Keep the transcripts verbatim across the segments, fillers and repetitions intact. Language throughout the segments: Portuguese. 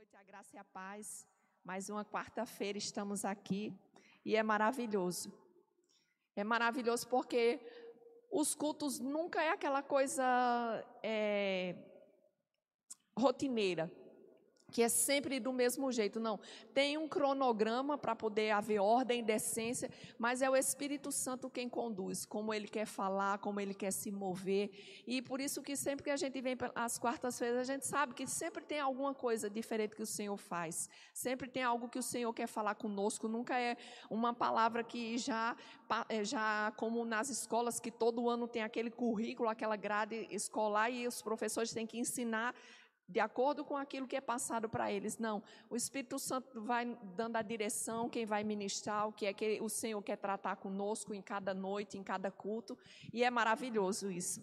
noite, a graça e a paz. Mais uma quarta-feira estamos aqui e é maravilhoso. É maravilhoso porque os cultos nunca é aquela coisa é, rotineira, que é sempre do mesmo jeito, não. Tem um cronograma para poder haver ordem, decência, mas é o Espírito Santo quem conduz, como ele quer falar, como ele quer se mover. E por isso que sempre que a gente vem às quartas-feiras, a gente sabe que sempre tem alguma coisa diferente que o Senhor faz. Sempre tem algo que o Senhor quer falar conosco, nunca é uma palavra que já, já como nas escolas, que todo ano tem aquele currículo, aquela grade escolar e os professores têm que ensinar de acordo com aquilo que é passado para eles. Não, o Espírito Santo vai dando a direção, quem vai ministrar, o que é que o Senhor quer tratar conosco em cada noite, em cada culto, e é maravilhoso isso,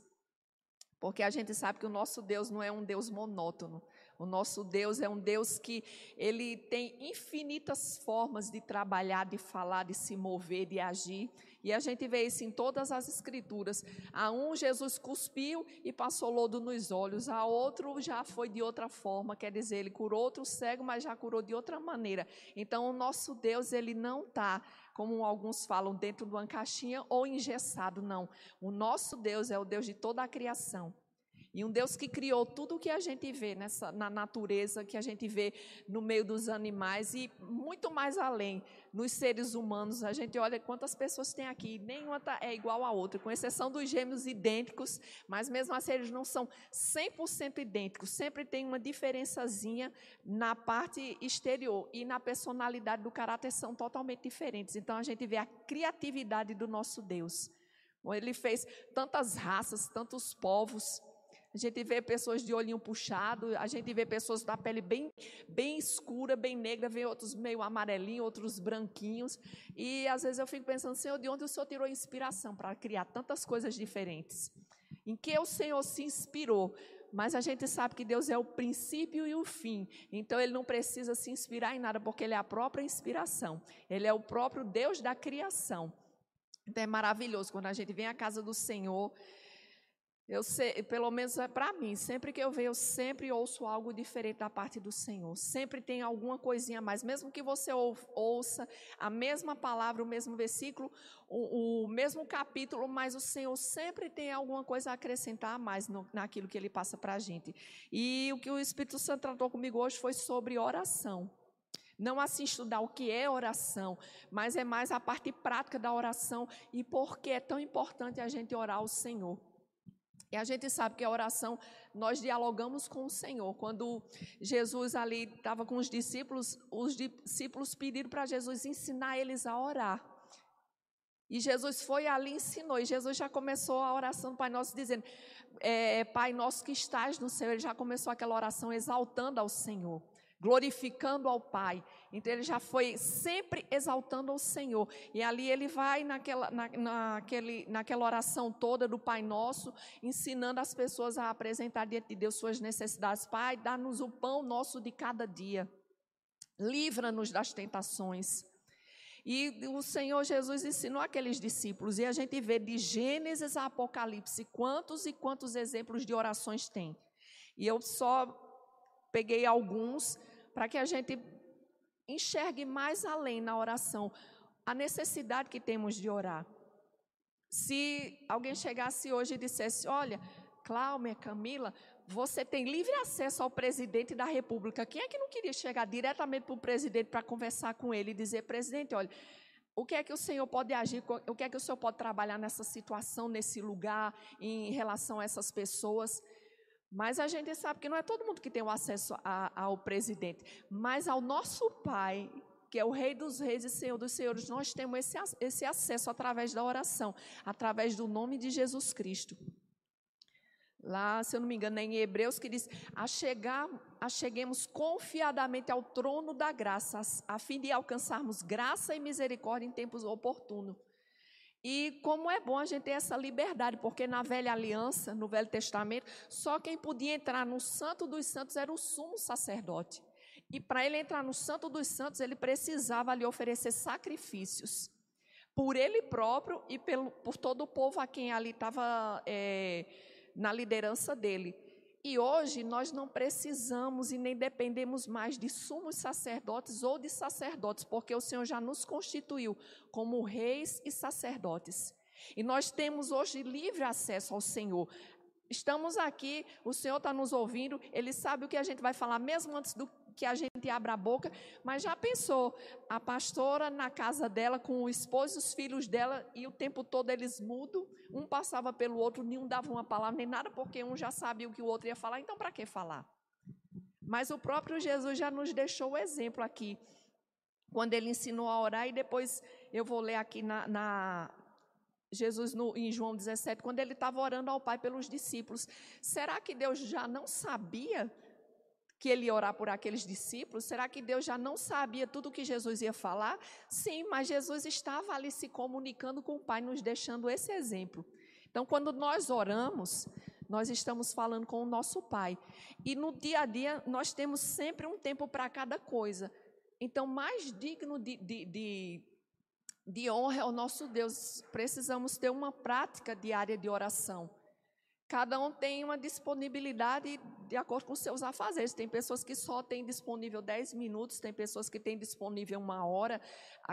porque a gente sabe que o nosso Deus não é um Deus monótono. O nosso Deus é um Deus que ele tem infinitas formas de trabalhar, de falar, de se mover, de agir. E a gente vê isso em todas as escrituras. A um, Jesus cuspiu e passou lodo nos olhos. A outro já foi de outra forma, quer dizer, ele curou outro cego, mas já curou de outra maneira. Então, o nosso Deus, ele não está, como alguns falam, dentro de uma caixinha ou engessado, não. O nosso Deus é o Deus de toda a criação. E um Deus que criou tudo o que a gente vê nessa, na natureza, que a gente vê no meio dos animais e muito mais além, nos seres humanos. A gente olha quantas pessoas tem aqui, nenhuma é igual a outra, com exceção dos gêmeos idênticos, mas mesmo assim eles não são cem por cento idênticos, sempre tem uma diferençazinha na parte exterior e na personalidade do caráter são totalmente diferentes. Então a gente vê a criatividade do nosso Deus. Ele fez tantas raças, tantos povos. A gente vê pessoas de olhinho puxado, a gente vê pessoas da pele bem, bem escura, bem negra, vê outros meio amarelinhos, outros branquinhos. E às vezes eu fico pensando, Senhor, de onde o Senhor tirou inspiração para criar tantas coisas diferentes? Em que o Senhor se inspirou? Mas a gente sabe que Deus é o princípio e o fim. Então Ele não precisa se inspirar em nada, porque Ele é a própria inspiração. Ele é o próprio Deus da criação. Então é maravilhoso quando a gente vem à casa do Senhor. Eu sei, pelo menos para mim, sempre que eu venho, eu sempre ouço algo diferente da parte do Senhor. Sempre tem alguma coisinha a mais. Mesmo que você ouça a mesma palavra, o mesmo versículo, o, o mesmo capítulo, mas o Senhor sempre tem alguma coisa a acrescentar a mais no, naquilo que Ele passa para a gente. E o que o Espírito Santo tratou comigo hoje foi sobre oração. Não assim estudar o que é oração, mas é mais a parte prática da oração e por que é tão importante a gente orar ao Senhor. E a gente sabe que a oração, nós dialogamos com o Senhor. Quando Jesus ali estava com os discípulos, os discípulos pediram para Jesus ensinar eles a orar. E Jesus foi ali e ensinou. E Jesus já começou a oração do Pai Nosso dizendo, é, Pai Nosso que estás no céu. Ele já começou aquela oração exaltando ao Senhor, glorificando ao Pai. Então ele já foi sempre exaltando ao Senhor. E ali ele vai naquela, na, naquele, naquela oração toda do Pai Nosso, ensinando as pessoas a apresentar diante de Deus suas necessidades. Pai, dá-nos o pão nosso de cada dia. Livra-nos das tentações. E o Senhor Jesus ensinou aqueles discípulos. E a gente vê de Gênesis a Apocalipse quantos e quantos exemplos de orações tem. E eu só peguei alguns para que a gente enxergue mais além na oração a necessidade que temos de orar. Se alguém chegasse hoje e dissesse, olha, Cláudia, Camila, você tem livre acesso ao presidente da República. Quem é que não queria chegar diretamente para o presidente para conversar com ele e dizer, presidente, olha, o que é que o Senhor pode agir, o que é que o Senhor pode trabalhar nessa situação, nesse lugar, em relação a essas pessoas? Mas a gente sabe que não é todo mundo que tem o acesso a, ao presidente, mas ao nosso Pai, que é o Rei dos Reis e Senhor dos Senhores, nós temos esse, esse acesso através da oração, através do nome de Jesus Cristo. Lá, se eu não me engano, é em Hebreus que diz, achegar, acheguemos confiadamente ao trono da graça, a fim de alcançarmos graça e misericórdia em tempos oportunos. E como é bom a gente ter essa liberdade, porque na velha aliança, no Velho Testamento, só quem podia entrar no Santo dos Santos era o sumo sacerdote. E para ele entrar no Santo dos Santos, ele precisava ali oferecer sacrifícios. Por ele próprio e pelo, por todo o povo a quem ali estava é, na liderança dele. E hoje nós não precisamos e nem dependemos mais de sumos sacerdotes ou de sacerdotes, porque o Senhor já nos constituiu como reis e sacerdotes. E nós temos hoje livre acesso ao Senhor. Estamos aqui, o Senhor está nos ouvindo, Ele sabe o que a gente vai falar, mesmo antes do que a gente abra a boca, mas já pensou, a pastora na casa dela, com o esposo e os filhos dela, e o tempo todo eles mudam, um passava pelo outro, nenhum dava uma palavra, nem nada, porque um já sabia o que o outro ia falar, então para que falar? Mas o próprio Jesus já nos deixou o exemplo aqui, quando Ele ensinou a orar, e depois eu vou ler aqui na... na Jesus no, em João dezessete, quando Ele estava orando ao Pai pelos discípulos. Será que Deus já não sabia que Ele ia orar por aqueles discípulos? Será que Deus já não sabia tudo o que Jesus ia falar? Sim, mas Jesus estava ali se comunicando com o Pai, nos deixando esse exemplo. Então, quando nós oramos, nós estamos falando com o nosso Pai. E no dia a dia, nós temos sempre um tempo para cada coisa. Então, mais digno de... de, de de honra ao nosso Deus, precisamos ter uma prática diária de oração. Cada um tem uma disponibilidade de acordo com os seus afazeres. Tem pessoas que só têm disponível dez minutos, tem pessoas que têm disponível uma hora.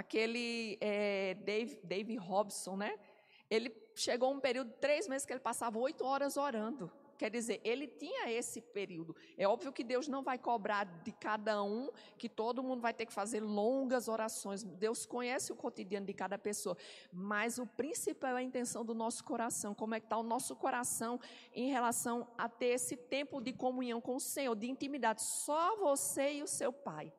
Aquele é, Dave, Dave Robson, né? Ele chegou um período de três meses que ele passava oito horas orando. Quer dizer, ele tinha esse período. É óbvio que Deus não vai cobrar de cada um, que todo mundo vai ter que fazer longas orações. Deus conhece o cotidiano de cada pessoa. Mas o principal é a intenção do nosso coração. Como é que está o nosso coração em relação a ter esse tempo de comunhão com o Senhor, de intimidade. Só você e o seu Pai.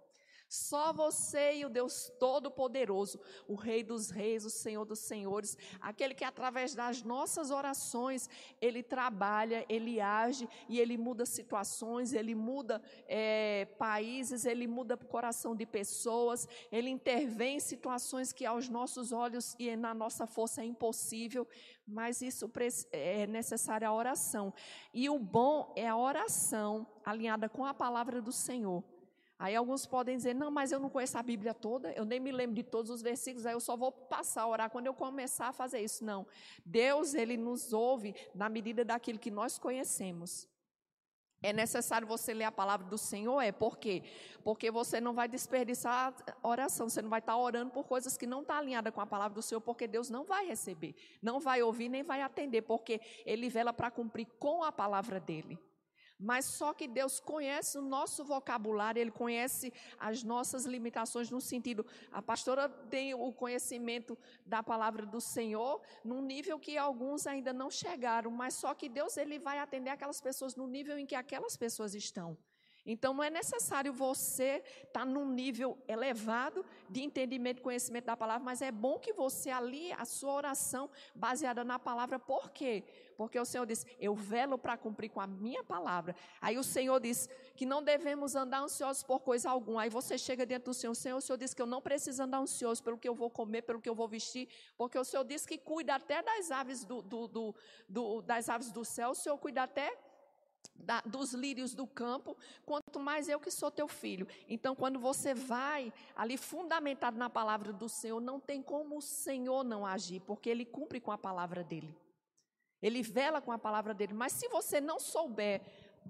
Só você e o Deus Todo-Poderoso, o Rei dos Reis, o Senhor dos Senhores, aquele que através das nossas orações, Ele trabalha, Ele age e Ele muda situações, Ele muda é, países, Ele muda o coração de pessoas, Ele intervém em situações que aos nossos olhos e na nossa força é impossível, mas isso é necessária a oração. E o bom é a oração alinhada com a palavra do Senhor. Aí alguns podem dizer, não, mas eu não conheço a Bíblia toda, eu nem me lembro de todos os versículos, aí eu só vou passar a orar quando eu começar a fazer isso. Não, Deus, Ele nos ouve na medida daquilo que nós conhecemos. É necessário você ler a palavra do Senhor? É, por quê? Porque você não vai desperdiçar a oração, você não vai estar orando por coisas que não estão alinhadas com a palavra do Senhor, porque Deus não vai receber, não vai ouvir, nem vai atender, porque Ele vela para cumprir com a palavra dEle. Mas só que Deus conhece o nosso vocabulário, Ele conhece as nossas limitações no sentido, a pastora tem o conhecimento da palavra do Senhor num nível que alguns ainda não chegaram, mas só que Deus Ele vai atender aquelas pessoas no nível em que aquelas pessoas estão. Então não é necessário você estar num nível elevado de entendimento e conhecimento da palavra, mas é bom que você alie a sua oração baseada na palavra. Por quê? Porque o Senhor diz, eu velo para cumprir com a minha palavra. Aí o Senhor diz que não devemos andar ansiosos por coisa alguma. Aí você chega diante do Senhor, Senhor, o Senhor diz que eu não preciso andar ansioso pelo que eu vou comer, pelo que eu vou vestir, porque o Senhor diz que cuida até das aves do, do, do, do, das aves do céu, o Senhor cuida até Da, dos lírios do campo, quanto mais eu que sou teu filho. Então, quando você vai ali fundamentado na palavra do Senhor, não tem como o Senhor não agir, porque Ele cumpre com a palavra dEle. Ele vela com a palavra dEle. Mas se você não souber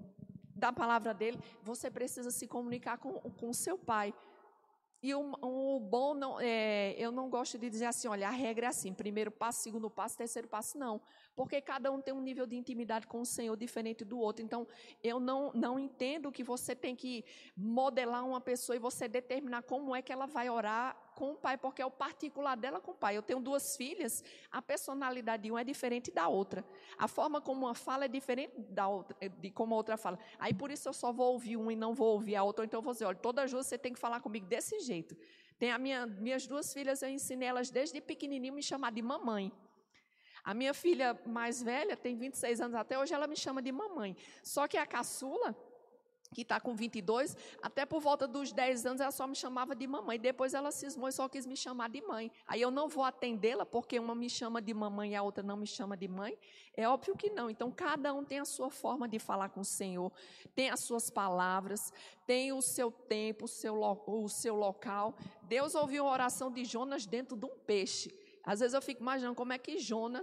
da palavra dEle, você precisa se comunicar com, com o seu Pai. E o, o bom, não, é, eu não gosto de dizer assim, olha, a regra é assim, primeiro passo, segundo passo, terceiro passo, não. Porque cada um tem um nível de intimidade com o Senhor diferente do outro. Então, eu não, não entendo que você tem que modelar uma pessoa e você determinar como é que ela vai orar com o Pai, porque é o particular dela com o Pai. Eu tenho duas filhas, a personalidade de uma é diferente da outra. A forma como uma fala é diferente da outra, de como a outra fala. Aí, por isso, eu só vou ouvir uma e não vou ouvir a outra. Então, eu vou dizer, olha, toda vez você tem que falar comigo desse jeito. Tem a minha, minhas duas filhas, eu ensinei elas desde pequenininho me chamar de mamãe. A minha filha mais velha, tem vinte e seis anos até hoje, ela me chama de mamãe. Só que a caçula, que está com vinte e dois, até por volta dos dez anos, ela só me chamava de mamãe. Depois ela cismou e só quis me chamar de mãe. Aí eu não vou atendê-la, porque uma me chama de mamãe e a outra não me chama de mãe. É óbvio que não. Então, cada um tem a sua forma de falar com o Senhor, tem as suas palavras, tem o seu tempo, o seu, o seu local. Deus ouviu a oração de Jonas dentro de um peixe. Às vezes eu fico imaginando como é que Jonas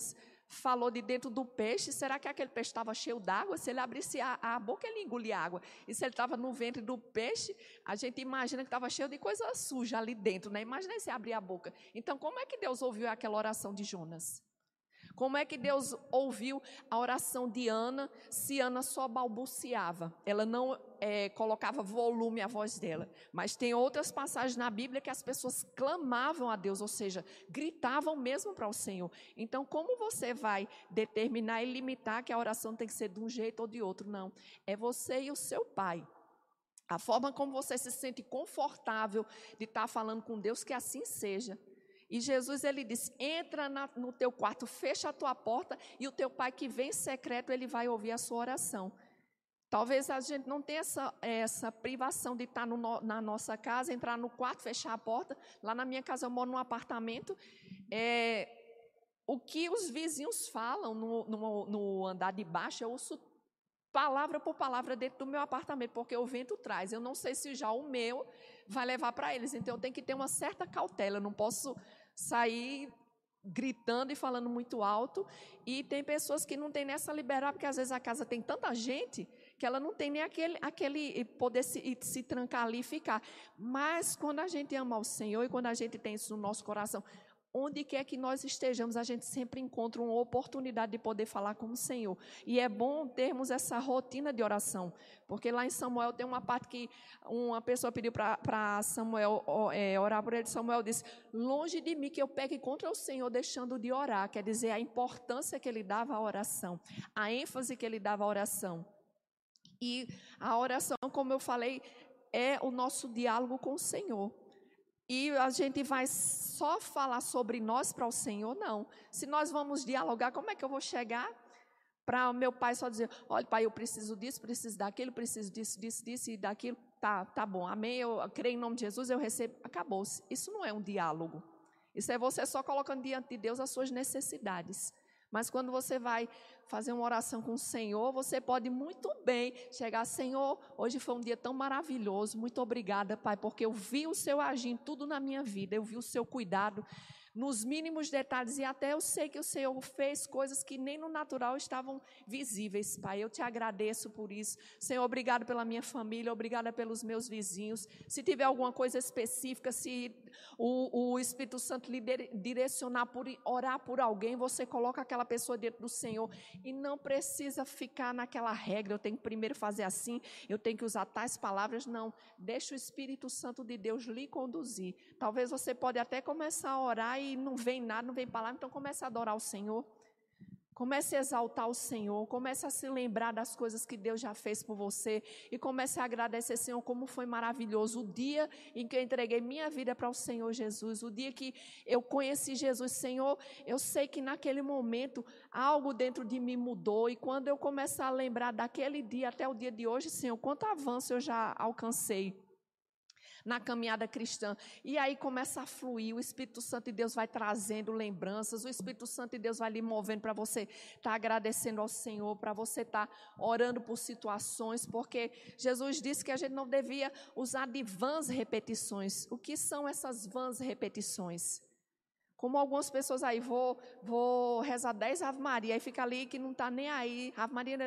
falou de dentro do peixe. Será que aquele peixe estava cheio d'água? Se ele abrisse a, a boca, ele engolia água. E se ele estava no ventre do peixe, a gente imagina que estava cheio de coisa suja ali dentro, né? Imagina se abrir a boca. Então, como é que Deus ouviu aquela oração de Jonas? Como é que Deus ouviu a oração de Ana, se Ana só balbuciava? Ela não é, colocava volume à voz dela. Mas tem outras passagens na Bíblia que as pessoas clamavam a Deus, ou seja, gritavam mesmo para o Senhor. Então, como você vai determinar e limitar que a oração tem que ser de um jeito ou de outro? Não, é você e o seu Pai. A forma como você se sente confortável de estar falando com Deus, que assim seja. E Jesus, ele disse, entra na, no teu quarto, fecha a tua porta e o teu pai que vem em secreto, ele vai ouvir a sua oração. Talvez a gente não tenha essa, essa privação de estar no, na nossa casa, entrar no quarto, fechar a porta. Lá na minha casa eu moro num apartamento. É, o que os vizinhos falam no, no, no andar de baixo, eu ouço palavra por palavra dentro do meu apartamento, porque o vento traz. Eu não sei se já o meu vai levar para eles, então eu tenho que ter uma certa cautela, eu não posso sair gritando e falando muito alto. E tem pessoas que não têm nessa liberdade, porque às vezes a casa tem tanta gente que ela não tem nem aquele, aquele poder se, se trancar ali e ficar. Mas quando a gente ama o Senhor e quando a gente tem isso no nosso coração, onde quer que nós estejamos, a gente sempre encontra uma oportunidade de poder falar com o Senhor. E é bom termos essa rotina de oração, porque lá em Samuel tem uma parte que uma pessoa pediu para Samuel é, orar por ele. Samuel disse, longe de mim que eu peque contra o Senhor deixando de orar. Quer dizer, a importância que ele dava à oração, a ênfase que ele dava à oração. E a oração, como eu falei, é o nosso diálogo com o Senhor. E a gente vai só falar sobre nós para o Senhor? Não. Se nós vamos dialogar, como é que eu vou chegar para o meu pai só dizer, olha, pai, eu preciso disso, preciso daquilo, preciso disso, disso, disso e daquilo. Tá, tá bom, amém, eu creio em nome de Jesus, eu recebo. Acabou-se. Isso não é um diálogo. Isso é você só colocando diante de Deus as suas necessidades. Mas quando você vai fazer uma oração com o Senhor, você pode muito bem chegar, Senhor, hoje foi um dia tão maravilhoso, muito obrigada, Pai, porque eu vi o Seu agir em tudo na minha vida, eu vi o Seu cuidado nos mínimos detalhes, e até eu sei que o Senhor fez coisas que nem no natural estavam visíveis, Pai. Eu te agradeço por isso. Senhor, obrigado pela minha família, obrigada pelos meus vizinhos. Se tiver alguma coisa específica, se o, o Espírito Santo lhe direcionar por orar por alguém, você coloca aquela pessoa dentro do Senhor, e não precisa ficar naquela regra, eu tenho que primeiro fazer assim, eu tenho que usar tais palavras. Não, deixa o Espírito Santo de Deus lhe conduzir. Talvez você pode até começar a orar e não vem nada, não vem palavra, então comece a adorar o Senhor, comece a exaltar o Senhor, comece a se lembrar das coisas que Deus já fez por você e comece a agradecer, Senhor, como foi maravilhoso o dia em que eu entreguei minha vida para o Senhor Jesus, o dia que eu conheci Jesus. Senhor, eu sei que naquele momento algo dentro de mim mudou, e quando eu começar a lembrar daquele dia até o dia de hoje, Senhor, quanto avanço eu já alcancei na caminhada cristã. E aí começa a fluir, o Espírito Santo de Deus vai trazendo lembranças, o Espírito Santo de Deus vai lhe movendo para você estar tá agradecendo ao Senhor, para você estar tá orando por situações, porque Jesus disse que a gente não devia usar de vãs repetições. O que são essas vãs repetições? Como algumas pessoas aí, vou, vou rezar dez Ave Maria, aí fica ali que não está nem aí, Ave Maria,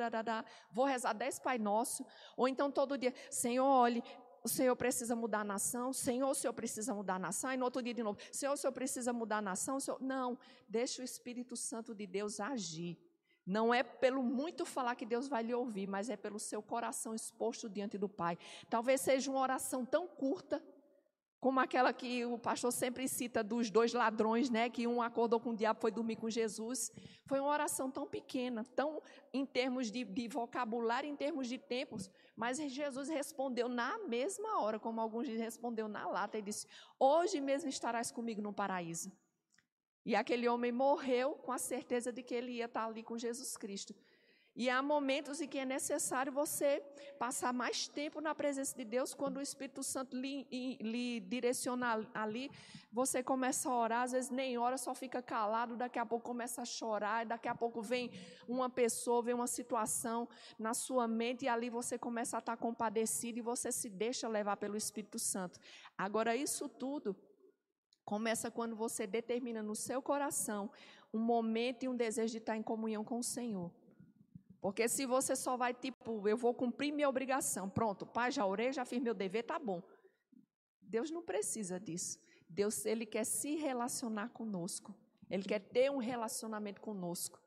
vou rezar dez Pai Nosso, ou então todo dia, Senhor, olhe, o Senhor precisa mudar a nação, Senhor, o Senhor precisa mudar a nação, e no outro dia de novo, Senhor, o Senhor precisa mudar a nação, o Senhor... Não, deixa o Espírito Santo de Deus agir. Não é pelo muito falar que Deus vai lhe ouvir, mas é pelo seu coração exposto diante do Pai. Talvez seja uma oração tão curta, como aquela que o pastor sempre cita dos dois ladrões, né? Que um acordou com o diabo, foi dormir com Jesus. Foi uma oração tão pequena, tão em termos de, de vocabulário, em termos de tempos, mas Jesus respondeu na mesma hora, como alguns dizem, respondeu na lata e disse, hoje mesmo estarás comigo no paraíso. E aquele homem morreu com a certeza de que ele ia estar ali com Jesus Cristo. E há momentos em que é necessário você passar mais tempo na presença de Deus. Quando o Espírito Santo lhe, lhe direciona ali, você começa a orar, às vezes nem ora, só fica calado, daqui a pouco começa a chorar, daqui a pouco vem uma pessoa, vem uma situação na sua mente, e ali você começa a estar compadecido e você se deixa levar pelo Espírito Santo. Agora, isso tudo Começa quando você determina no seu coração um momento e um desejo de estar em comunhão com o Senhor. Porque se você só vai, tipo, eu vou cumprir minha obrigação, pronto, pai, já orei, já fiz meu dever, tá bom. Deus não precisa disso. Deus, Ele quer se relacionar conosco. Ele quer ter um relacionamento conosco.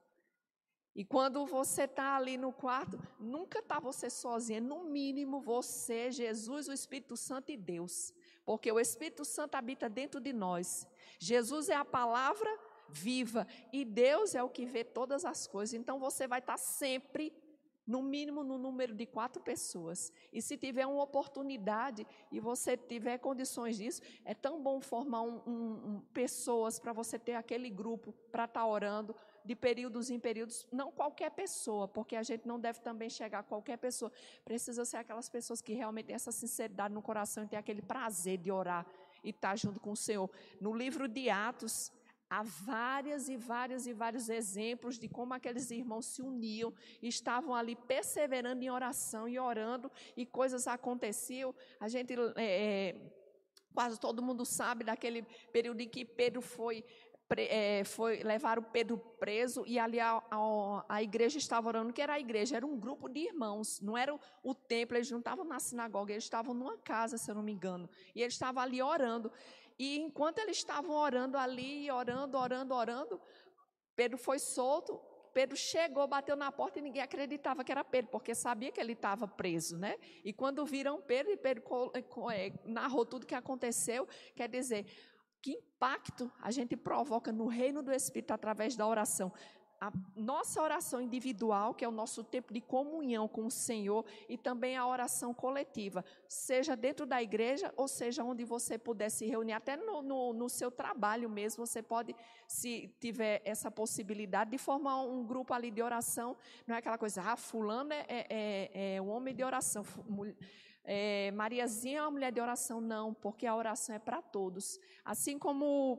E quando você está ali no quarto, nunca está você sozinha, no mínimo você, Jesus, o Espírito Santo e Deus. Porque o Espírito Santo habita dentro de nós. Jesus é a palavra viva e Deus é o que vê todas as coisas. Então você vai estar sempre, no mínimo, no número de quatro pessoas. E se tiver uma oportunidade e você tiver condições disso, é tão bom formar um, um, um, pessoas para você ter aquele grupo para estar orando, de períodos em períodos, não qualquer pessoa, porque a gente não deve também chegar a qualquer pessoa. Precisa ser aquelas pessoas que realmente têm essa sinceridade no coração e têm aquele prazer de orar e estar junto com o Senhor. No livro de Atos, há várias e várias e vários exemplos de como aqueles irmãos se uniam, estavam ali perseverando em oração e orando, e coisas aconteciam. A gente, é, quase todo mundo sabe daquele período em que Pedro foi... É, foi, levaram Pedro preso e ali a, a, a igreja estava orando. O que era a igreja? Era um grupo de irmãos, não era o, o templo, eles não estavam na sinagoga, eles estavam numa casa, se eu não me engano, e eles estavam ali orando, e enquanto eles estavam orando ali, orando, orando, orando, Pedro foi solto. Pedro chegou, bateu na porta e ninguém acreditava que era Pedro, porque sabia que ele estava preso, né? E quando viram Pedro, e Pedro narrou tudo o que aconteceu, quer dizer... Que impacto a gente provoca no reino do Espírito através da oração. A nossa oração individual, que é o nosso tempo de comunhão com o Senhor, e também a oração coletiva, seja dentro da igreja ou seja onde você puder se reunir, até no, no, no seu trabalho mesmo, você pode, se tiver essa possibilidade, de formar um grupo ali de oração. Não é aquela coisa, ah, fulano é, é, é um homem de oração, É, Mariazinha é uma mulher de oração. Não, porque a oração é para todos. Assim como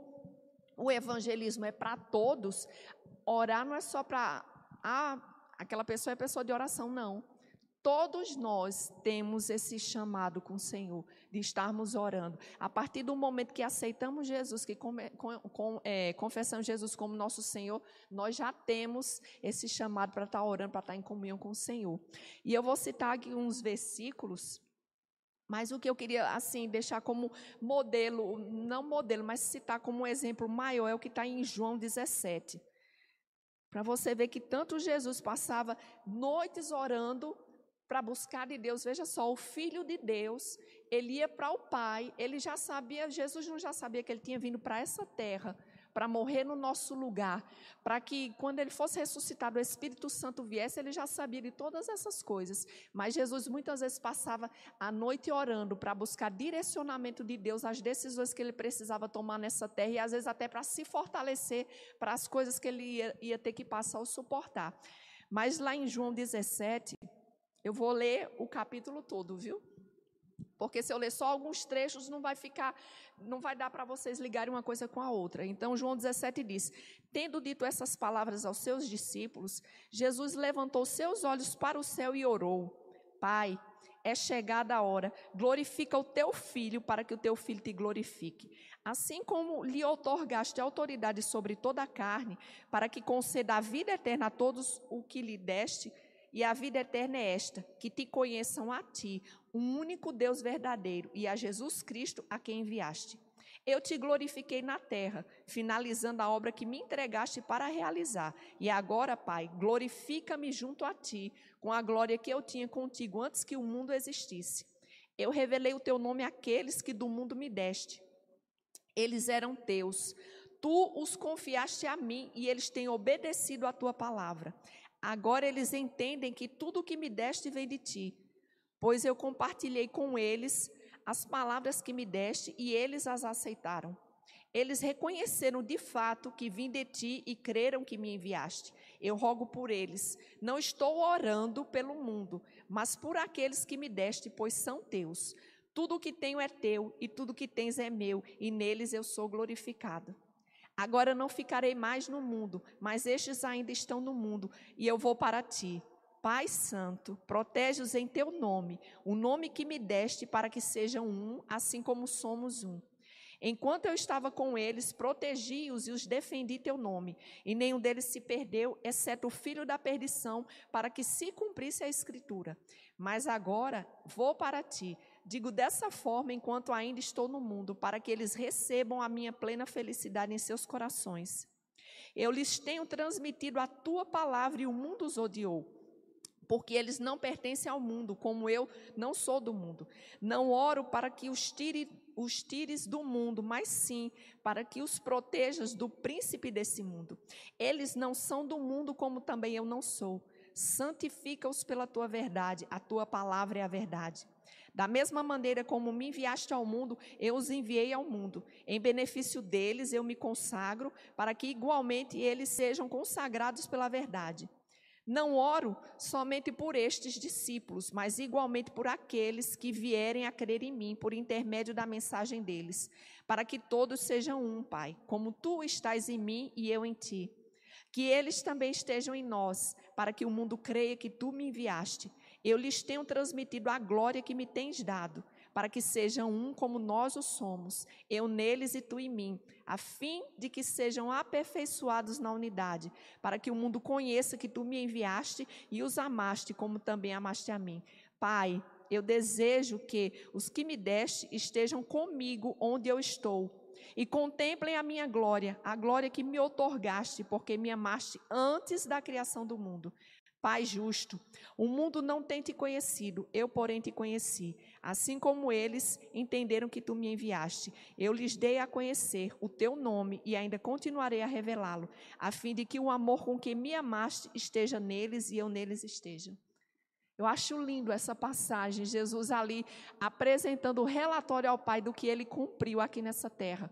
o evangelismo é para todos, orar não é só para ah, aquela pessoa é pessoa de oração, não. Todos nós temos esse chamado com o Senhor, de estarmos orando. A partir do momento que aceitamos Jesus, que com, com, com, é, confessamos Jesus como nosso Senhor, nós já temos esse chamado para estar orando, para estar em comunhão com o Senhor. E eu vou citar aqui uns versículos. Mas o que eu queria, assim, deixar como modelo, não modelo, mas citar como um exemplo maior, é o que está em João dezessete. Para você ver que tanto Jesus passava noites orando para buscar de Deus. Veja só, o Filho de Deus, ele ia para o Pai, ele já sabia, Jesus não já sabia que ele tinha vindo para essa terra, para morrer no nosso lugar, para que quando ele fosse ressuscitado, o Espírito Santo viesse, ele já sabia de todas essas coisas. Mas Jesus muitas vezes passava a noite orando para buscar direcionamento de Deus, as decisões que ele precisava tomar nessa terra, e às vezes até para se fortalecer para as coisas que ele ia, ia ter que passar ou suportar. Mas lá em João dezessete, eu vou ler o capítulo todo, viu? Porque se eu ler só alguns trechos, não vai ficar, não vai dar para vocês ligarem uma coisa com a outra. Então, João dezessete diz: tendo dito essas palavras aos seus discípulos, Jesus levantou seus olhos para o céu e orou: Pai, é chegada a hora, glorifica o teu filho, para que o teu filho te glorifique. Assim como lhe outorgaste autoridade sobre toda a carne, para que conceda a vida eterna a todos o que lhe deste. E a vida eterna é esta, que te conheçam a ti, o único Deus verdadeiro, e a Jesus Cristo a quem enviaste. Eu te glorifiquei na terra, finalizando a obra que me entregaste para realizar. E agora, Pai, glorifica-me junto a ti, com a glória que eu tinha contigo antes que o mundo existisse. Eu revelei o teu nome àqueles que do mundo me deste. Eles eram teus. Tu os confiaste a mim, e eles têm obedecido à tua palavra. Agora eles entendem que tudo o que me deste vem de ti, pois eu compartilhei com eles as palavras que me deste e eles as aceitaram. Eles reconheceram de fato que vim de ti e creram que me enviaste. Eu rogo por eles. Não estou orando pelo mundo, mas por aqueles que me deste, pois são teus. Tudo o que tenho é teu e tudo o que tens é meu, e neles eu sou glorificado. Agora não ficarei mais no mundo, mas estes ainda estão no mundo, e eu vou para ti. Pai Santo, protege-os em teu nome, o nome que me deste, para que sejam um, assim como somos um. Enquanto eu estava com eles, protegi-os e os defendi teu nome. E nenhum deles se perdeu, exceto o filho da perdição, para que se cumprisse a Escritura. Mas agora vou para ti. Digo dessa forma, enquanto ainda estou no mundo, para que eles recebam a minha plena felicidade em seus corações. Eu lhes tenho transmitido a tua palavra e o mundo os odiou, porque eles não pertencem ao mundo, como eu não sou do mundo. Não oro para que os, tire, os tires do mundo, mas sim para que os protejas do príncipe desse mundo. Eles não são do mundo, como também eu não sou. Santifica-os pela tua verdade, a tua palavra é a verdade. Da mesma maneira como me enviaste ao mundo, eu os enviei ao mundo. Em benefício deles eu me consagro, para que igualmente eles sejam consagrados pela verdade. Não oro somente por estes discípulos, mas igualmente por aqueles que vierem a crer em mim, por intermédio da mensagem deles, para que todos sejam um, Pai, como tu estás em mim e eu em ti. Que eles também estejam em nós, para que o mundo creia que tu me enviaste. Eu lhes tenho transmitido a glória que me tens dado, para que sejam um como nós o somos, eu neles e tu em mim, a fim de que sejam aperfeiçoados na unidade, para que o mundo conheça que tu me enviaste e os amaste, como também amaste a mim. Pai, eu desejo que os que me deste estejam comigo onde eu estou, e contemplem a minha glória, a glória que me outorgaste, porque me amaste antes da criação do mundo. Pai justo, o mundo não tem te conhecido, eu, porém, te conheci. Assim como eles entenderam que tu me enviaste, eu lhes dei a conhecer o teu nome e ainda continuarei a revelá-lo, a fim de que o amor com que me amaste esteja neles e eu neles esteja. Eu acho lindo essa passagem, Jesus ali apresentando o relatório ao Pai do que ele cumpriu aqui nessa terra.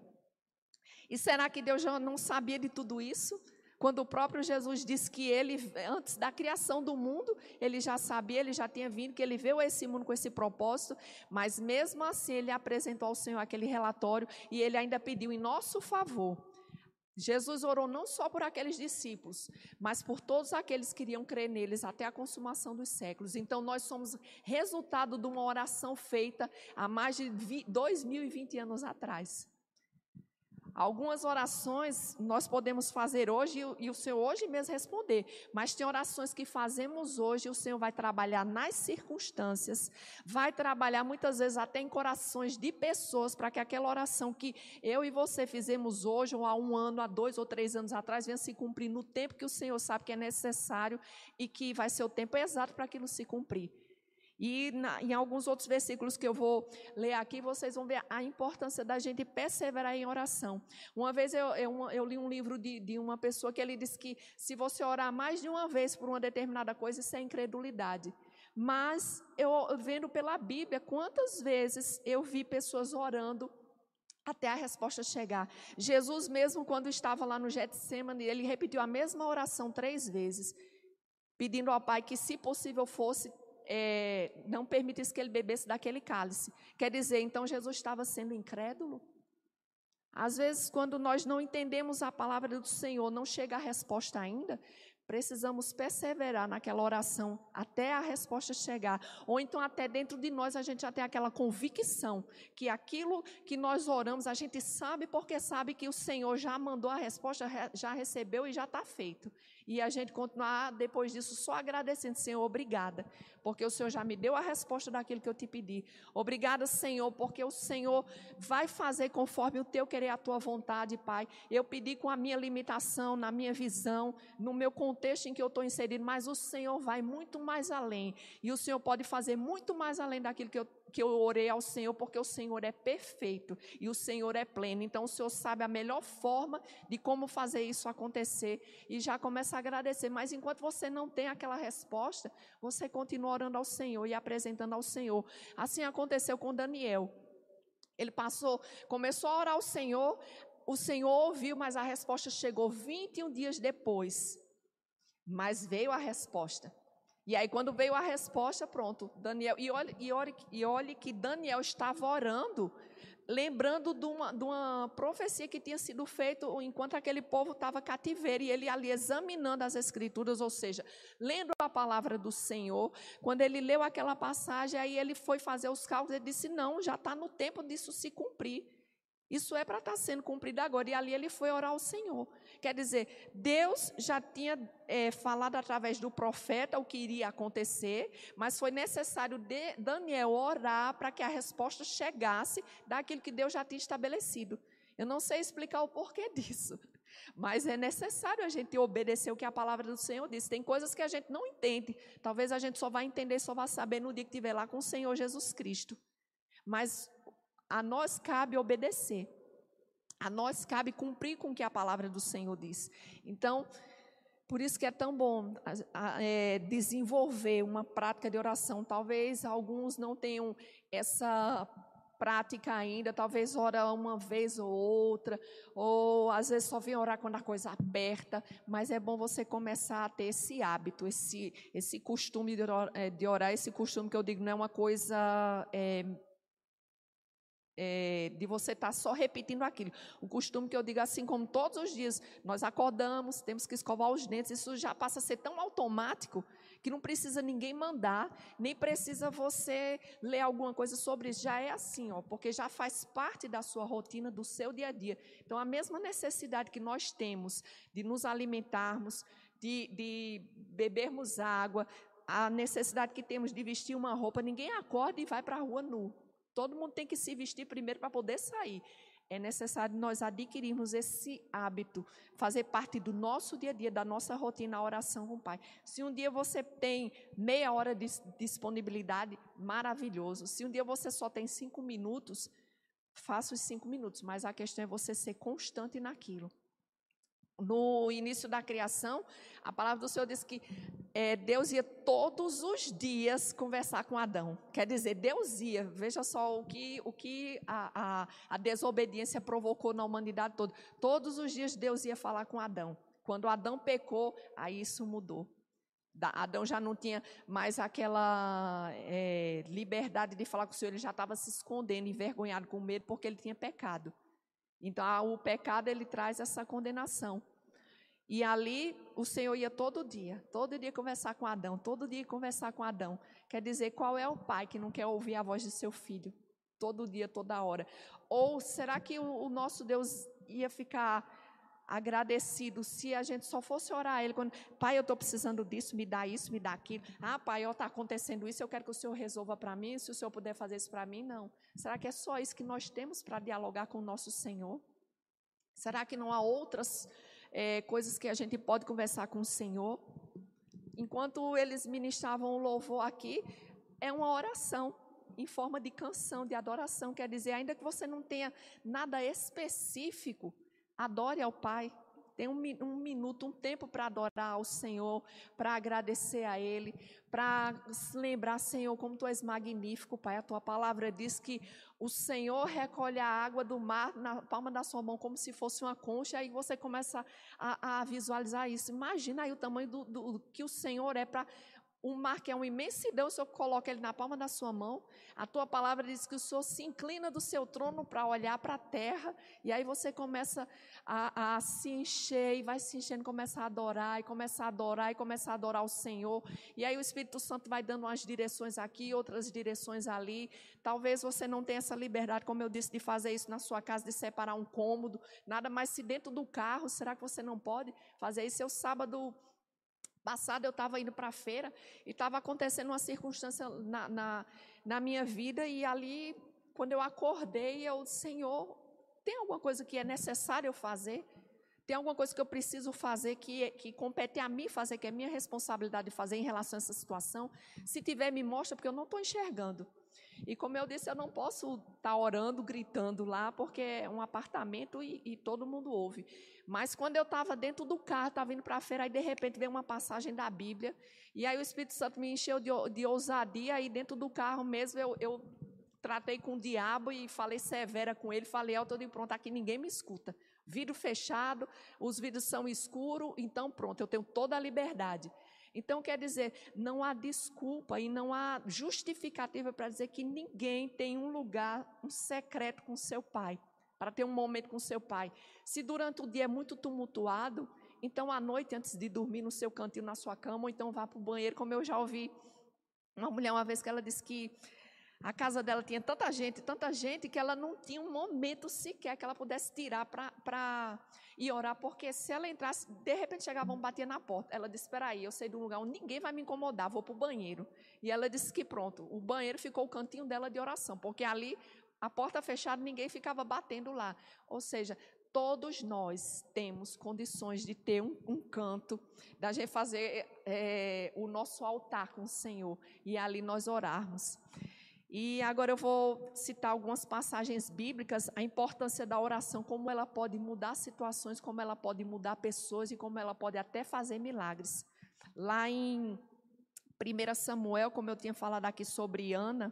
E será que Deus já não sabia de tudo isso? Quando o próprio Jesus disse que ele, antes da criação do mundo, ele já sabia, ele já tinha vindo, que ele veio a esse mundo com esse propósito, mas mesmo assim ele apresentou ao Senhor aquele relatório e ele ainda pediu em nosso favor. Jesus orou não só por aqueles discípulos, mas por todos aqueles que iriam crer neles até a consumação dos séculos. Então nós somos resultado de uma oração feita há mais de dois mil e vinte anos atrás. Algumas orações nós podemos fazer hoje e o Senhor hoje mesmo responder, mas tem orações que fazemos hoje e o Senhor vai trabalhar nas circunstâncias, vai trabalhar muitas vezes até em corações de pessoas para que aquela oração que eu e você fizemos hoje ou há um ano, há dois ou três anos atrás venha se cumprir no tempo que o Senhor sabe que é necessário e que vai ser o tempo exato para aquilo se cumprir. E na, em alguns outros versículos que eu vou ler aqui, vocês vão ver a importância da gente perseverar em oração. Uma vez eu, eu, eu li um livro de, de uma pessoa que ele disse que se você orar mais de uma vez por uma determinada coisa, isso é incredulidade. Mas eu vendo pela Bíblia, quantas vezes eu vi pessoas orando até a resposta chegar. Jesus mesmo, quando estava lá no Getsemane, ele repetiu a mesma oração três vezes, pedindo ao Pai que, se possível fosse, É, não permitisse que ele bebesse daquele cálice. Quer dizer, então Jesus estava sendo incrédulo? Às vezes, quando nós não entendemos a palavra do Senhor, não chega a resposta ainda, precisamos perseverar naquela oração até a resposta chegar. Ou então até dentro de nós a gente já tem aquela convicção que aquilo que nós oramos, a gente sabe porque sabe que o Senhor já mandou a resposta, já recebeu e já está feito. E a gente continuar depois disso só agradecendo, Senhor, obrigada, porque o Senhor já me deu a resposta daquilo que eu te pedi. Obrigada, Senhor, porque o Senhor vai fazer conforme o teu querer, a tua vontade, Pai. Eu pedi com a minha limitação, na minha visão, no meu contexto em que eu estou inserido, mas o Senhor vai muito mais além. E o Senhor pode fazer muito mais além daquilo que eu que eu orei ao Senhor, porque o Senhor é perfeito e o Senhor é pleno. Então o Senhor sabe a melhor forma de como fazer isso acontecer e já começa a agradecer. Mas enquanto você não tem aquela resposta, você continua orando ao Senhor e apresentando ao Senhor. Assim aconteceu com Daniel. Ele passou, começou a orar ao Senhor, o Senhor ouviu, mas a resposta chegou vinte e um dias depois. Mas veio a resposta. E aí quando veio a resposta, pronto, Daniel, e olhe, e olhe, e olhe que Daniel estava orando, lembrando de uma, de uma profecia que tinha sido feita enquanto aquele povo estava cativeiro, e ele ali examinando as escrituras, ou seja, lendo a palavra do Senhor. Quando ele leu aquela passagem, aí ele foi fazer os cálculos e disse, não, já está no tempo disso se cumprir. Isso é para estar sendo cumprido agora. E ali ele foi orar ao Senhor. Quer dizer, Deus já tinha é, falado através do profeta o que iria acontecer, mas foi necessário de Daniel orar para que a resposta chegasse daquilo que Deus já tinha estabelecido. Eu não sei explicar o porquê disso, mas é necessário a gente obedecer o que a palavra do Senhor diz. Tem coisas que a gente não entende. Talvez a gente só vai entender, só vai saber no dia que estiver lá com o Senhor Jesus Cristo. Mas a nós cabe obedecer. A nós cabe cumprir com o que a palavra do Senhor diz. Então, por isso que é tão bom é, desenvolver uma prática de oração. Talvez alguns não tenham essa prática ainda, talvez ora uma vez ou outra, ou às vezes só vem orar quando a coisa aperta, mas é bom você começar a ter esse hábito, esse, esse costume de orar, de orar, esse costume que eu digo não é uma coisa... É, É, de você estar só repetindo aquilo. O costume que eu digo, assim como todos os dias nós acordamos, temos que escovar os dentes, isso já passa a ser tão automático que não precisa ninguém mandar, nem precisa você ler alguma coisa sobre isso. Já é assim, ó, porque já faz parte da sua rotina, do seu dia a dia. Então, a mesma necessidade que nós temos de nos alimentarmos, de, de bebermos água, a necessidade que temos de vestir uma roupa, ninguém acorda e vai para a rua nu. Todo mundo tem que se vestir primeiro para poder sair. É necessário nós adquirirmos esse hábito, fazer parte do nosso dia a dia, da nossa rotina, a oração com o Pai. Se um dia você tem meia hora de disponibilidade, maravilhoso. Se um dia você só tem cinco minutos, faça os cinco minutos. Mas a questão é você ser constante naquilo. No início da criação, a palavra do Senhor diz que é, Deus ia todos os dias conversar com Adão. Quer dizer, Deus ia, veja só o que, o que a, a, a desobediência provocou na humanidade toda. Todos os dias Deus ia falar com Adão. Quando Adão pecou, aí isso mudou. Adão já não tinha mais aquela é, liberdade de falar com o Senhor, ele já estava se escondendo, envergonhado, com medo, porque ele tinha pecado. Então, o pecado, ele traz essa condenação. E ali, o Senhor ia todo dia, todo dia conversar com Adão, todo dia conversar com Adão. Quer dizer, qual é o pai que não quer ouvir a voz de seu filho? Todo dia, toda hora. Ou será que o, o nosso Deus ia ficar agradecido se a gente só fosse orar a Ele? Quando, pai, eu estou precisando disso, me dá isso, me dá aquilo. Ah, pai, está acontecendo isso, eu quero que o Senhor resolva para mim, se o Senhor puder fazer isso para mim, não. Será que é só isso que nós temos para dialogar com o nosso Senhor? Será que não há outras é, coisas que a gente pode conversar com o Senhor? Enquanto eles ministravam o louvor aqui, é uma oração em forma de canção, de adoração. Quer dizer, ainda que você não tenha nada específico, adore ao Pai. Tem um, um minuto, um tempo para adorar ao Senhor, para agradecer a Ele, para se lembrar, Senhor, como Tu és magnífico, Pai. A Tua palavra diz que o Senhor recolhe a água do mar na palma da sua mão, como se fosse uma concha, aí você começa a, a visualizar isso. Imagina aí o tamanho do, do, do que o Senhor é para... Um mar que é uma imensidão, o Senhor coloca ele na palma da sua mão. A tua palavra diz que o Senhor se inclina do seu trono para olhar para a terra. E aí você começa a, a se encher e vai se enchendo, começa a adorar e começa a adorar e começa a adorar o Senhor. E aí o Espírito Santo vai dando umas direções aqui, outras direções ali. Talvez você não tenha essa liberdade, como eu disse, de fazer isso na sua casa, de separar um cômodo. Nada mais se dentro do carro, será que você não pode fazer isso? Seu sábado passado eu estava indo para a feira e estava acontecendo uma circunstância na, na, na minha vida, e ali, quando eu acordei, eu, Senhor, tem alguma coisa que é necessário eu fazer? Tem alguma coisa que eu preciso fazer, que, que compete a mim fazer, que é minha responsabilidade de fazer em relação a essa situação? Se tiver, me mostra, porque eu não estou enxergando. E como eu disse, eu não posso estar orando, gritando lá, porque é um apartamento e, e todo mundo ouve. Mas quando eu estava dentro do carro, estava indo para a feira, aí de repente veio uma passagem da Bíblia, e aí o Espírito Santo me encheu de, de ousadia, aí dentro do carro mesmo eu, eu tratei com o diabo e falei severa com ele, falei alto, eu digo, pronto, aqui ninguém me escuta. Vidro fechado, os vidros são escuros, então pronto, eu tenho toda a liberdade. Então, quer dizer, não há desculpa e não há justificativa para dizer que ninguém tem um lugar, um secreto com seu pai, para ter um momento com seu pai. Se durante o dia é muito tumultuado, então à noite, antes de dormir no seu cantinho, na sua cama, ou então vá para o banheiro, como eu já ouvi uma mulher uma vez que ela disse que A casa dela tinha tanta gente, tanta gente, que ela não tinha um momento sequer que ela pudesse tirar para ir orar, porque se ela entrasse, de repente chegavam, batia na porta. Ela disse, espera aí, eu sei de um lugar onde ninguém vai me incomodar, vou para o banheiro. E ela disse que pronto, o banheiro ficou o cantinho dela de oração, porque ali, a porta fechada, ninguém ficava batendo lá. Ou seja, todos nós temos condições de ter um, um canto, da gente fazer é, o nosso altar com o Senhor, e ali nós orarmos. E agora eu vou citar algumas passagens bíblicas, a importância da oração, como ela pode mudar situações, como ela pode mudar pessoas e como ela pode até fazer milagres. Lá em primeiro Samuel, como eu tinha falado aqui sobre Ana,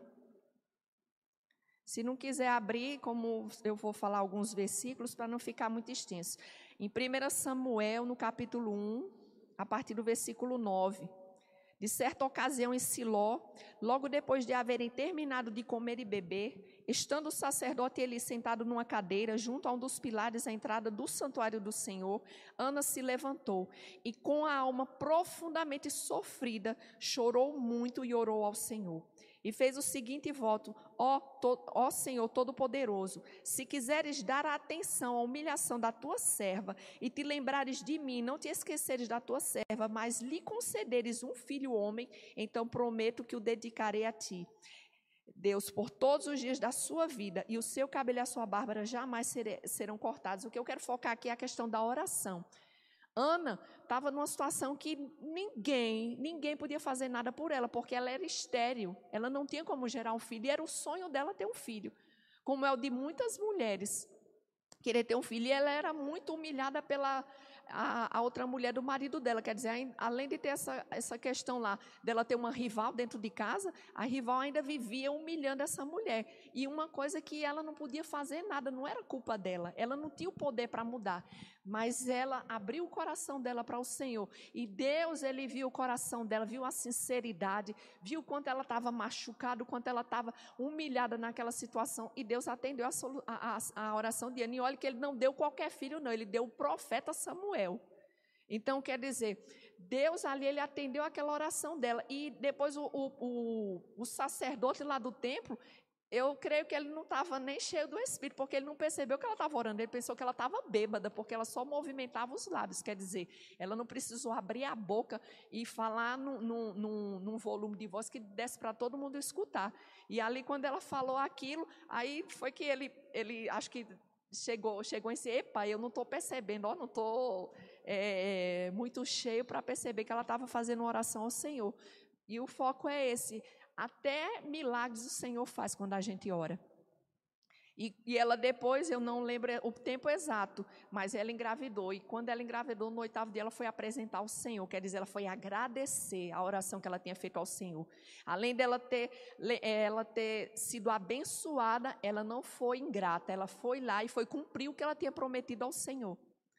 se não quiser abrir, como eu vou falar alguns versículos para não ficar muito extenso. Em primeiro Samuel, no capítulo um, a partir do versículo nove. De certa ocasião em Siló, logo depois de haverem terminado de comer e beber, estando o sacerdote Eli sentado numa cadeira, junto a um dos pilares à entrada do santuário do Senhor, Ana se levantou e, com a alma profundamente sofrida, chorou muito e orou ao Senhor. E fez o seguinte voto: ó, to, ó Senhor Todo-Poderoso, se quiseres dar atenção à humilhação da tua serva e te lembrares de mim, não te esqueceres da tua serva, mas lhe concederes um filho homem, então prometo que o dedicarei a ti, Deus, por todos os dias da sua vida, e o seu cabelo e a sua barba jamais ser, serão cortados. O que eu quero focar aqui é a questão da oração. Ana estava numa situação que ninguém, ninguém podia fazer nada por ela, porque ela era estéril, ela não tinha como gerar um filho, e era o sonho dela ter um filho, como é o de muitas mulheres, querer ter um filho, e ela era muito humilhada pela a, a outra mulher do marido dela, quer dizer, além de ter essa, essa questão lá, dela ter uma rival dentro de casa, a rival ainda vivia humilhando essa mulher, e uma coisa que ela não podia fazer nada, não era culpa dela, ela não tinha o poder para mudar, mas ela abriu o coração dela para o Senhor, e Deus, Ele viu o coração dela, viu a sinceridade, viu o quanto ela estava machucada, o quanto ela estava humilhada naquela situação, e Deus atendeu a, a, a oração de Ana, e olha que Ele não deu qualquer filho não, Ele deu o profeta Samuel. Então, quer dizer, Deus ali, Ele atendeu aquela oração dela, e depois o, o, o, o sacerdote lá do templo, eu creio que ele não estava nem cheio do Espírito, porque ele não percebeu que ela estava orando, ele pensou que ela estava bêbada, porque ela só movimentava os lábios, quer dizer, ela não precisou abrir a boca e falar num, num, num volume de voz que desse para todo mundo escutar. E ali, quando ela falou aquilo, aí foi que ele, ele acho que chegou, chegou em si, epa, eu não estou percebendo, ó, não estou é, muito cheio para perceber que ela estava fazendo uma oração ao Senhor. E o foco é esse. Até milagres o Senhor faz quando a gente ora. E, e ela depois, eu não lembro o tempo exato, mas ela engravidou. E quando ela engravidou, no oitavo dia, ela foi apresentar ao Senhor. Quer dizer, ela foi agradecer a oração que ela tinha feito ao Senhor. Além dela ter, ela ter sido abençoada, ela não foi ingrata. Ela foi lá e foi cumprir o que ela tinha prometido ao Senhor.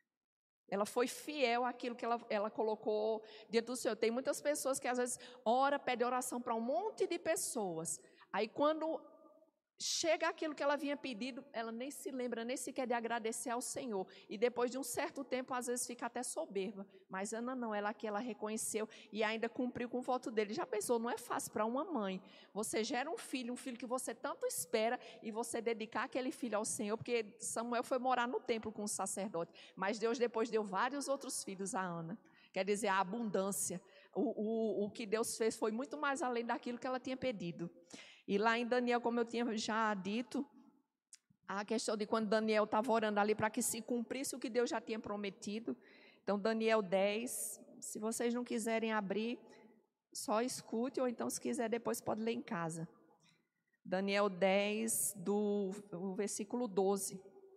Ela foi fiel àquilo que ela, ela colocou diante do Senhor. Tem muitas pessoas que às vezes ora, pede oração para um monte de pessoas. Aí quando chega aquilo que ela vinha pedido, ela nem se lembra, nem sequer de agradecer ao Senhor. E depois de um certo tempo, às vezes fica até soberba. Mas Ana não, ela que ela reconheceu e ainda cumpriu com o voto dele. Já pensou, não é fácil para uma mãe. Você gera um filho, um filho que você tanto espera, e você dedicar aquele filho ao Senhor, porque Samuel foi morar no templo com o sacerdote. Mas Deus depois deu vários outros filhos a Ana. Quer dizer, a abundância. O, o, o que Deus fez foi muito mais além daquilo que ela tinha pedido. E lá em Daniel, como eu tinha já dito, a questão de quando Daniel estava orando ali para que se cumprisse o que Deus já tinha prometido. Então, Daniel dez, se vocês não quiserem abrir, só escute, ou então, se quiser, depois pode ler em casa. Daniel dez, do o versículo doze.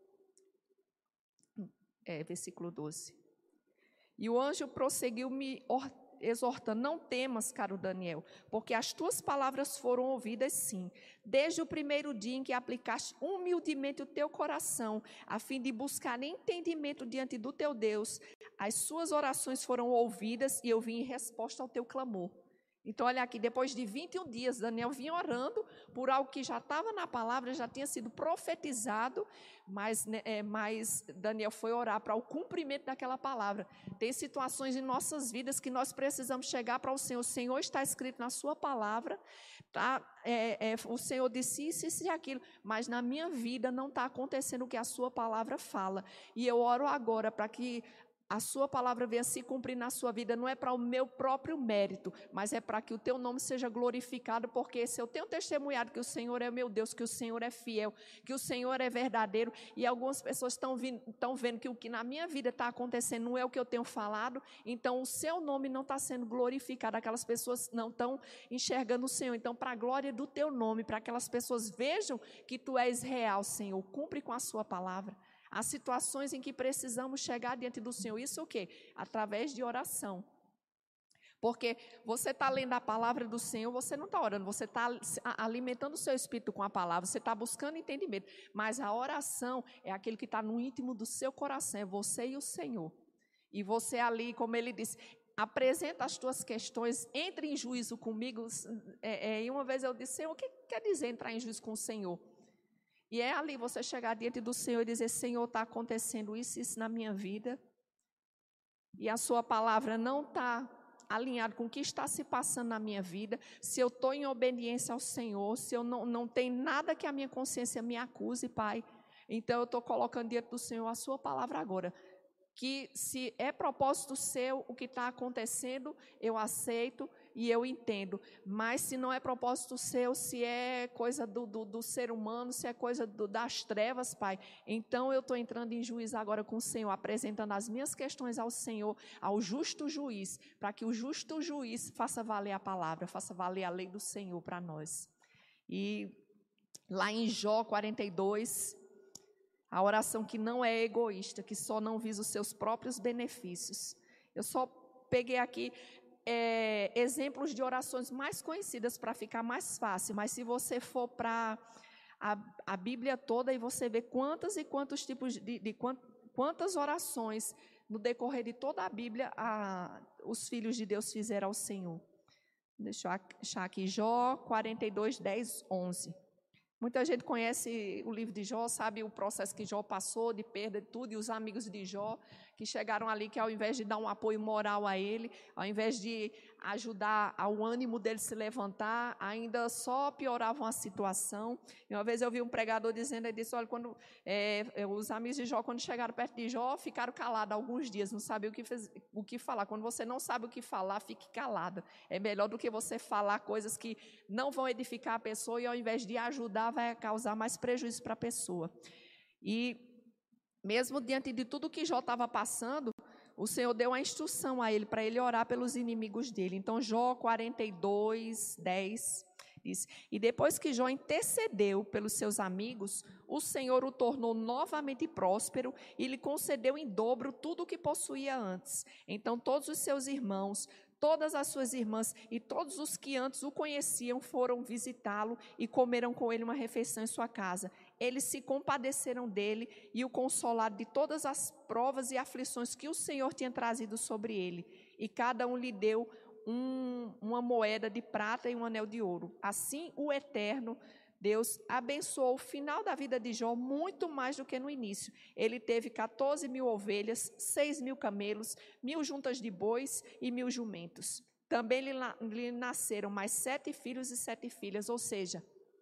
É, versículo doze. E o anjo prosseguiu me exortando, não temas, caro Daniel, porque as tuas palavras foram ouvidas sim, desde o primeiro dia em que aplicaste humildemente o teu coração, a fim de buscar entendimento diante do teu Deus, as suas orações foram ouvidas e eu vim em resposta ao teu clamor. Então, olha aqui, depois de vinte e um dias, Daniel vinha orando por algo que já estava na palavra, já tinha sido profetizado, mas, né, é, mas Daniel foi orar para o cumprimento daquela palavra. Tem situações em nossas vidas que nós precisamos chegar para o Senhor. O Senhor está escrito na sua palavra, tá? É, é, o Senhor disse isso, isso e aquilo, mas na minha vida não está acontecendo o que a sua palavra fala. E eu oro agora para que a sua palavra venha se cumprir na sua vida, não é para o meu próprio mérito, mas é para que o teu nome seja glorificado, porque se eu tenho testemunhado que o Senhor é meu Deus, que o Senhor é fiel, que o Senhor é verdadeiro, e algumas pessoas estão vendo que o que na minha vida está acontecendo não é o que eu tenho falado, então o seu nome não está sendo glorificado, aquelas pessoas não estão enxergando o Senhor. Então, para a glória do teu nome, para que aquelas pessoas vejam que tu és real, Senhor, cumpre com a sua palavra. Há situações em que precisamos chegar diante do Senhor. Isso o quê? Através de oração. Porque você está lendo a palavra do Senhor, você não está orando, você está alimentando o seu espírito com a palavra, você está buscando entendimento. Mas a oração é aquilo que está no íntimo do seu coração, é você e o Senhor. E você ali, como ele disse, apresenta as tuas questões, entre em juízo comigo. É, é, e uma vez eu disse, Senhor, o que quer dizer entrar em juízo com o Senhor? E é ali você chegar diante do Senhor e dizer, Senhor, está acontecendo isso e isso na minha vida. E a sua palavra não está alinhada com o que está se passando na minha vida. Se eu estou em obediência ao Senhor, se eu não, não tenho nada que a minha consciência me acuse, Pai. Então eu estou colocando diante do Senhor a sua palavra agora. Que se é propósito seu o que está acontecendo, eu aceito e eu entendo. Mas se não é propósito seu, se é coisa do, do, do ser humano, se é coisa do, das trevas, Pai, então eu estou entrando em juízo agora com o Senhor, apresentando as minhas questões ao Senhor, ao justo juiz, para que o justo juiz faça valer a palavra, faça valer a lei do Senhor para nós. E lá em Jó quarenta e dois... a oração que não é egoísta, que só não visa os seus próprios benefícios. Eu só peguei aqui é, exemplos de orações mais conhecidas para ficar mais fácil, mas se você for para a, a Bíblia toda e você vê quantas e quantos tipos de, de quantas orações no decorrer de toda a Bíblia a, os filhos de Deus fizeram ao Senhor. Deixa eu achar aqui, Jó quarenta e dois, dez, onze. Muita gente conhece o livro de Jó, sabe o processo que Jó passou, de perda de tudo, e os amigos de Jó, que chegaram ali, que ao invés de dar um apoio moral a ele, ao invés de ajudar ao ânimo dele se levantar, ainda só pioravam a situação. E uma vez eu vi um pregador dizendo, ele disse, olha, quando, é, os amigos de Jó, quando chegaram perto de Jó, ficaram calados alguns dias, não sabiam o que, fez, o que falar. Quando você não sabe o que falar, fique calado. É melhor do que você falar coisas que não vão edificar a pessoa e ao invés de ajudar, vai causar mais prejuízo para a pessoa. E mesmo diante de tudo que Jó estava passando, o Senhor deu uma instrução a ele, para ele orar pelos inimigos dele. Então, Jó quarenta e dois, dez, diz, e depois que Jó intercedeu pelos seus amigos, o Senhor o tornou novamente próspero e lhe concedeu em dobro tudo o que possuía antes. Então, todos os seus irmãos, todas as suas irmãs e todos os que antes o conheciam foram visitá-lo e comeram com ele uma refeição em sua casa. Eles se compadeceram dele e o consolaram de todas as provas e aflições que o Senhor tinha trazido sobre ele. E cada um lhe deu um, uma moeda de prata e um anel de ouro. Assim, o Eterno Deus abençoou o final da vida de Jó muito mais do que no início. Ele teve quatorze mil ovelhas, seis mil camelos, mil juntas de bois e mil jumentos. Também lhe, lhe nasceram mais sete filhos e sete filhas, ou seja,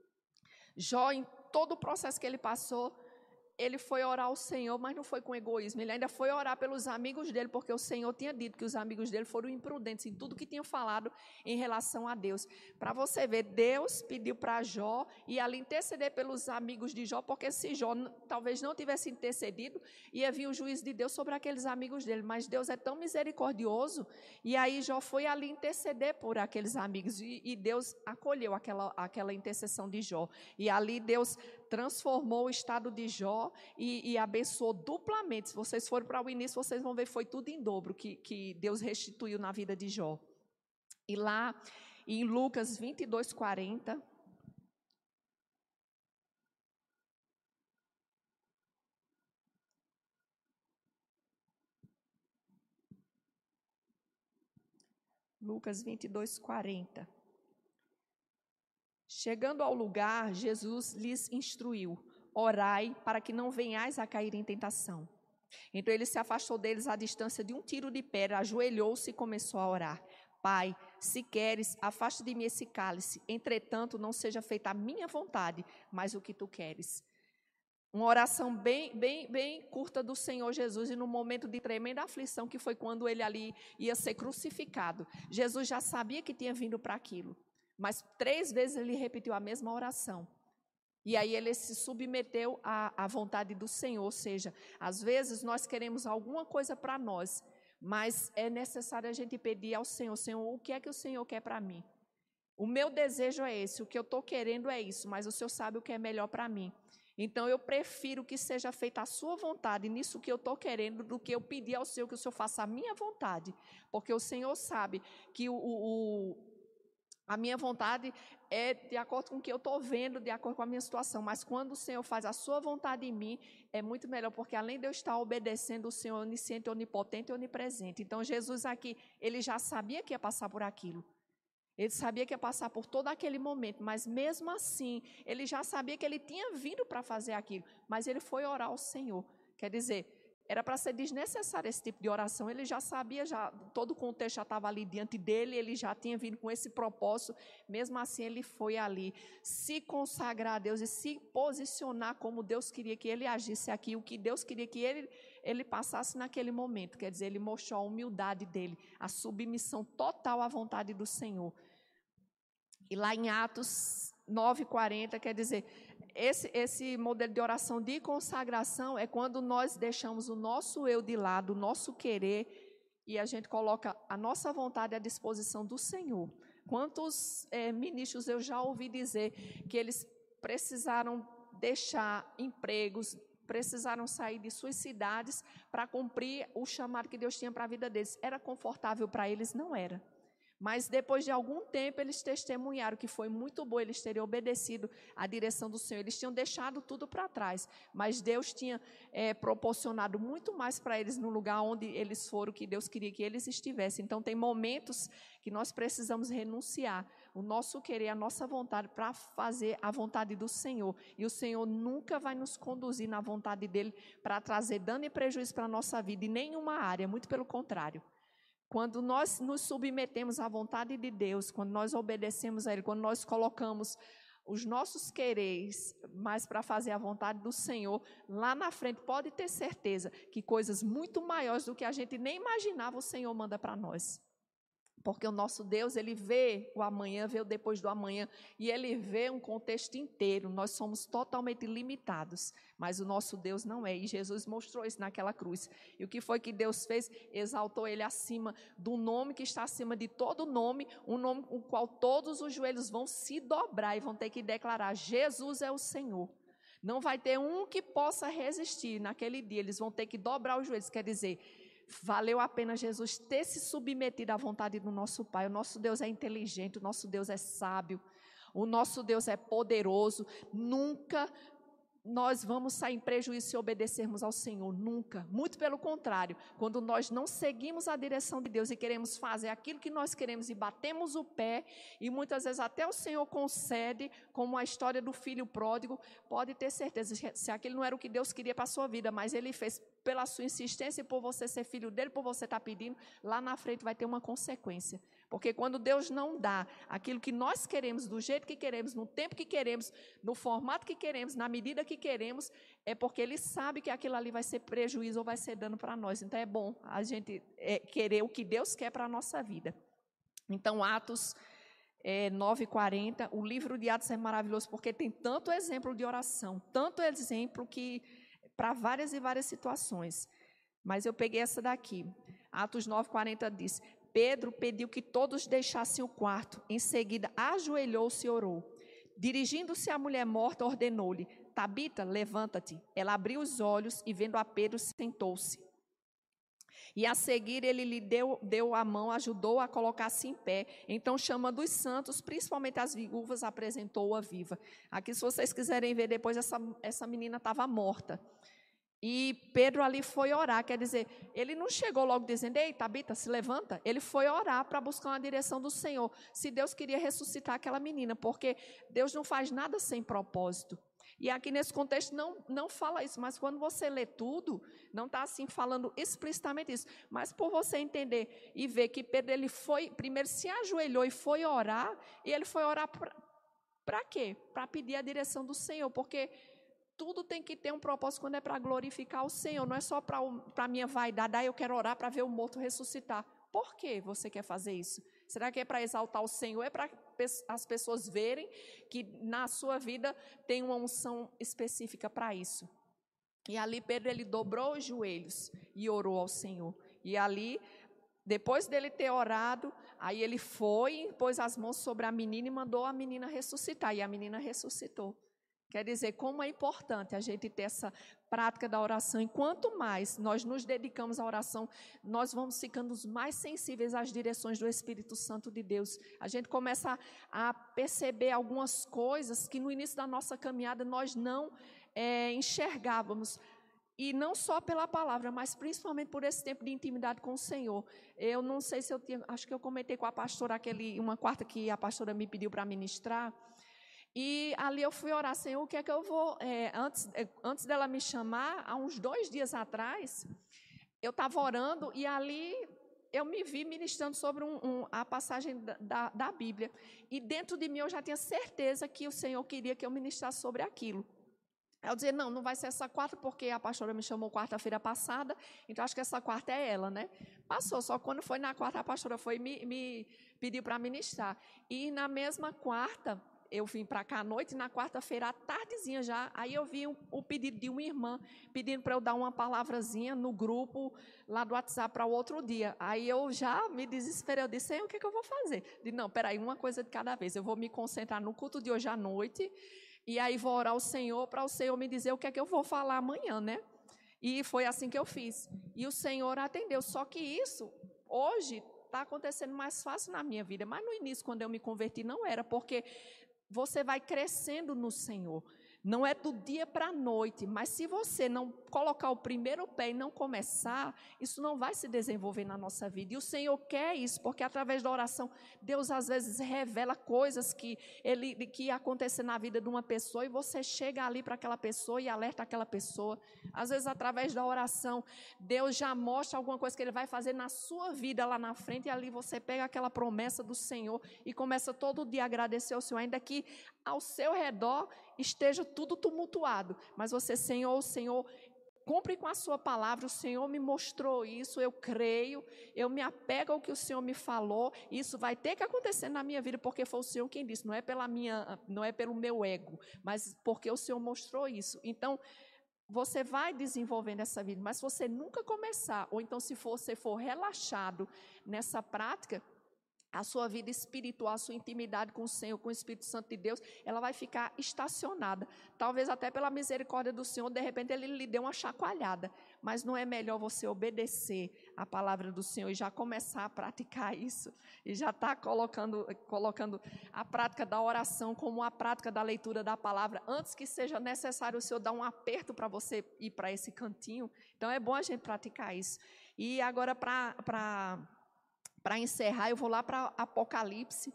Jó, em todo o processo que ele passou, ele foi orar ao Senhor, mas não foi com egoísmo. Ele ainda foi orar pelos amigos dele, porque o Senhor tinha dito que os amigos dele foram imprudentes em tudo que tinham falado em relação a Deus. Para você ver, Deus pediu para Jó ir ali interceder pelos amigos de Jó, porque se Jó talvez não tivesse intercedido, ia vir o juízo de Deus sobre aqueles amigos dele. Mas Deus é tão misericordioso, e aí Jó foi ali interceder por aqueles amigos, e, e Deus acolheu aquela, aquela intercessão de Jó. E ali Deus transformou o estado de Jó e, e abençoou duplamente. Se vocês forem para o início, vocês vão ver, foi tudo em dobro que, que Deus restituiu na vida de Jó. E lá em Lucas vinte e dois, quarenta... Lucas vinte e dois, quarenta. Chegando ao lugar, Jesus lhes instruiu: orai para que não venhais a cair em tentação. Então ele se afastou deles à distância de um tiro de pedra, ajoelhou-se e começou a orar. Pai, se queres, afaste de mim esse cálice, entretanto não seja feita a minha vontade, mas o que tu queres. Uma oração bem, bem, bem curta do Senhor Jesus, e num momento de tremenda aflição, que foi quando ele ali ia ser crucificado. Jesus já sabia que tinha vindo para aquilo, mas três vezes ele repetiu a mesma oração. E aí ele se submeteu à, à vontade do Senhor, ou seja, às vezes nós queremos alguma coisa para nós, mas é necessário a gente pedir ao Senhor: Senhor, o que é que o Senhor quer para mim? O meu desejo é esse, o que eu estou querendo é isso, mas o Senhor sabe o que é melhor para mim. Então eu prefiro que seja feita a sua vontade nisso que eu estou querendo, do que eu pedir ao Senhor que o Senhor faça a minha vontade, porque o Senhor sabe que o, o, a minha vontade é de acordo com o que eu estou vendo, de acordo com a minha situação, mas quando o Senhor faz a sua vontade em mim, é muito melhor, porque além de eu estar obedecendo, o Senhor é onisciente, onipotente e onipresente. Então Jesus aqui, ele já sabia que ia passar por aquilo. Ele sabia que ia passar por todo aquele momento, mas mesmo assim, ele já sabia que ele tinha vindo para fazer aquilo, mas ele foi orar ao Senhor. Quer dizer, era para ser desnecessário esse tipo de oração, ele já sabia, já, todo o contexto já estava ali diante dele, ele já tinha vindo com esse propósito, mesmo assim ele foi ali se consagrar a Deus e se posicionar como Deus queria que ele agisse aqui, o que Deus queria que ele... ele passasse naquele momento. Quer dizer, ele mostrou a humildade dele, a submissão total à vontade do Senhor. E lá em Atos nove, quarenta, quer dizer, esse, esse modelo de oração de consagração é quando nós deixamos o nosso eu de lado, o nosso querer, e a gente coloca a nossa vontade à disposição do Senhor. Quantos é, ministros eu já ouvi dizer que eles precisaram deixar empregos, precisaram sair de suas cidades para cumprir o chamado que Deus tinha para a vida deles. Era confortável para eles? Não era. Mas depois de algum tempo eles testemunharam que foi muito bom eles terem obedecido à direção do Senhor. Eles tinham deixado tudo para trás, mas Deus tinha é, proporcionado muito mais para eles no lugar onde eles foram, que Deus queria que eles estivessem. Então tem momentos que nós precisamos renunciar o nosso querer, a nossa vontade, para fazer a vontade do Senhor. E o Senhor nunca vai nos conduzir na vontade dEle para trazer dano e prejuízo para a nossa vida, em nenhuma área, muito pelo contrário. Quando nós nos submetemos à vontade de Deus, quando nós obedecemos a Ele, quando nós colocamos os nossos quereres mais para fazer a vontade do Senhor, lá na frente pode ter certeza que coisas muito maiores do que a gente nem imaginava o Senhor manda para nós. Porque o nosso Deus, Ele vê o amanhã, vê o depois do amanhã, e Ele vê um contexto inteiro. Nós somos totalmente limitados, mas o nosso Deus não é, e Jesus mostrou isso naquela cruz. E o que foi que Deus fez? Exaltou Ele acima do nome que está acima de todo nome, um nome com o qual todos os joelhos vão se dobrar e vão ter que declarar: Jesus é o Senhor. Não vai ter um que possa resistir naquele dia, eles vão ter que dobrar os joelhos, quer dizer... valeu a pena Jesus ter se submetido à vontade do nosso Pai. O nosso Deus é inteligente, o nosso Deus é sábio, o nosso Deus é poderoso. Nunca nós vamos sair em prejuízo se obedecermos ao Senhor, nunca. Muito pelo contrário, quando nós não seguimos a direção de Deus e queremos fazer aquilo que nós queremos e batemos o pé, e muitas vezes até o Senhor concede, como a história do filho pródigo, pode ter certeza, se aquilo não era o que Deus queria para a sua vida, mas Ele fez pela sua insistência e por você ser filho dele, por você estar pedindo, lá na frente vai ter uma consequência. Porque quando Deus não dá aquilo que nós queremos, do jeito que queremos, no tempo que queremos, no formato que queremos, na medida que queremos, é porque Ele sabe que aquilo ali vai ser prejuízo ou vai ser dano para nós. Então é bom a gente é, querer o que Deus quer para a nossa vida. Então Atos é, nove, quarenta, o livro de Atos é maravilhoso porque tem tanto exemplo de oração, tanto exemplo que para várias e várias situações. Mas eu peguei essa daqui. Atos nove, quarenta diz: Pedro pediu que todos deixassem o quarto. Em seguida, ajoelhou-se e orou. Dirigindo-se à mulher morta, ordenou-lhe: Tabita, levanta-te. Ela abriu os olhos e, vendo a Pedro, sentou-se. E a seguir ele lhe deu, deu a mão, ajudou-a a colocar-se em pé. Então, chamando os santos, principalmente as viúvas, apresentou-a viva. Aqui, se vocês quiserem ver depois, essa, essa menina estava morta. E Pedro ali foi orar, quer dizer, ele não chegou logo dizendo, ei, Tabita, se levanta. Ele foi orar para buscar uma direção do Senhor. Se Deus queria ressuscitar aquela menina, porque Deus não faz nada sem propósito. E aqui nesse contexto não, não fala isso, mas quando você lê tudo, não está assim falando explicitamente isso. Mas por você entender e ver que Pedro, ele foi, primeiro se ajoelhou e foi orar, e ele foi orar para quê? Para pedir a direção do Senhor, porque tudo tem que ter um propósito quando é para glorificar o Senhor, não é só para a minha vaidade, ah, eu quero orar para ver o morto ressuscitar. Por que você quer fazer isso? Será que é para exaltar o Senhor? É para as pessoas verem que na sua vida tem uma unção específica para isso. E ali Pedro, ele dobrou os joelhos e orou ao Senhor. E ali, depois dele ter orado, aí ele foi, pôs as mãos sobre a menina e mandou a menina ressuscitar. E a menina ressuscitou. Quer dizer, como é importante a gente ter essa prática da oração. E quanto mais nós nos dedicamos à oração, nós vamos ficando mais sensíveis às direções do Espírito Santo de Deus. A gente começa a, a perceber algumas coisas que no início da nossa caminhada nós não é, enxergávamos. E não só pela palavra, mas principalmente por esse tempo de intimidade com o Senhor. Eu não sei se eu tinha, acho que eu comentei com a pastora aquele, uma quarta que a pastora me pediu para ministrar. E ali eu fui orar, Senhor, o que é que eu vou... É, antes, antes dela me chamar, há uns dois dias atrás, eu estava orando e ali eu me vi ministrando sobre um, um, a passagem da, da Bíblia. E dentro de mim eu já tinha certeza que o Senhor queria que eu ministrasse sobre aquilo. Eu dizia, não, não vai ser essa quarta, porque a pastora me chamou quarta-feira passada, então acho que essa quarta é ela, né? Passou, só quando foi na quarta, a pastora foi me, me pediu para ministrar. E na mesma quarta... eu vim para cá à noite, e na quarta-feira, à tardezinha já, aí eu vi o um, um pedido de uma irmã, pedindo para eu dar uma palavrazinha no grupo, lá do WhatsApp, para o outro dia. Aí eu já me desesperei, eu disse, o que, é que eu vou fazer? Eu disse, não, peraí, uma coisa de cada vez, eu vou me concentrar no culto de hoje à noite, e aí vou orar ao Senhor, para o Senhor me dizer o que é que eu vou falar amanhã, né? E foi assim que eu fiz. E o Senhor atendeu, só que isso, hoje, está acontecendo mais fácil na minha vida, mas no início, quando eu me converti, não era, porque... você vai crescendo no Senhor. Não é do dia para a noite, mas se você não colocar o primeiro pé e não começar, isso não vai se desenvolver na nossa vida. E o Senhor quer isso, porque através da oração, Deus às vezes revela coisas que, ele, que ia acontecer na vida de uma pessoa, e você chega ali para aquela pessoa e alerta aquela pessoa. Às vezes, através da oração, Deus já mostra alguma coisa que Ele vai fazer na sua vida lá na frente, e ali você pega aquela promessa do Senhor e começa todo dia a agradecer ao Senhor, ainda que ao seu redor esteja tudo tumultuado, mas você, Senhor, o Senhor, cumpre com a sua palavra, o Senhor me mostrou isso, eu creio, eu me apego ao que o Senhor me falou, isso vai ter que acontecer na minha vida, porque foi o Senhor quem disse, não é pela minha, não é pelo meu ego, mas porque o Senhor mostrou isso. Então, você vai desenvolvendo essa vida, mas se você nunca começar, ou então se você for relaxado nessa prática, a sua vida espiritual, a sua intimidade com o Senhor, com o Espírito Santo de Deus, ela vai ficar estacionada. Talvez até pela misericórdia do Senhor, de repente Ele lhe dê uma chacoalhada. Mas não é melhor você obedecer a palavra do Senhor e já começar a praticar isso? E já está colocando, colocando a prática da oração como a prática da leitura da palavra, antes que seja necessário o Senhor dar um aperto para você ir para esse cantinho. Então é bom a gente praticar isso. E agora para... para Para encerrar, eu vou lá para Apocalipse,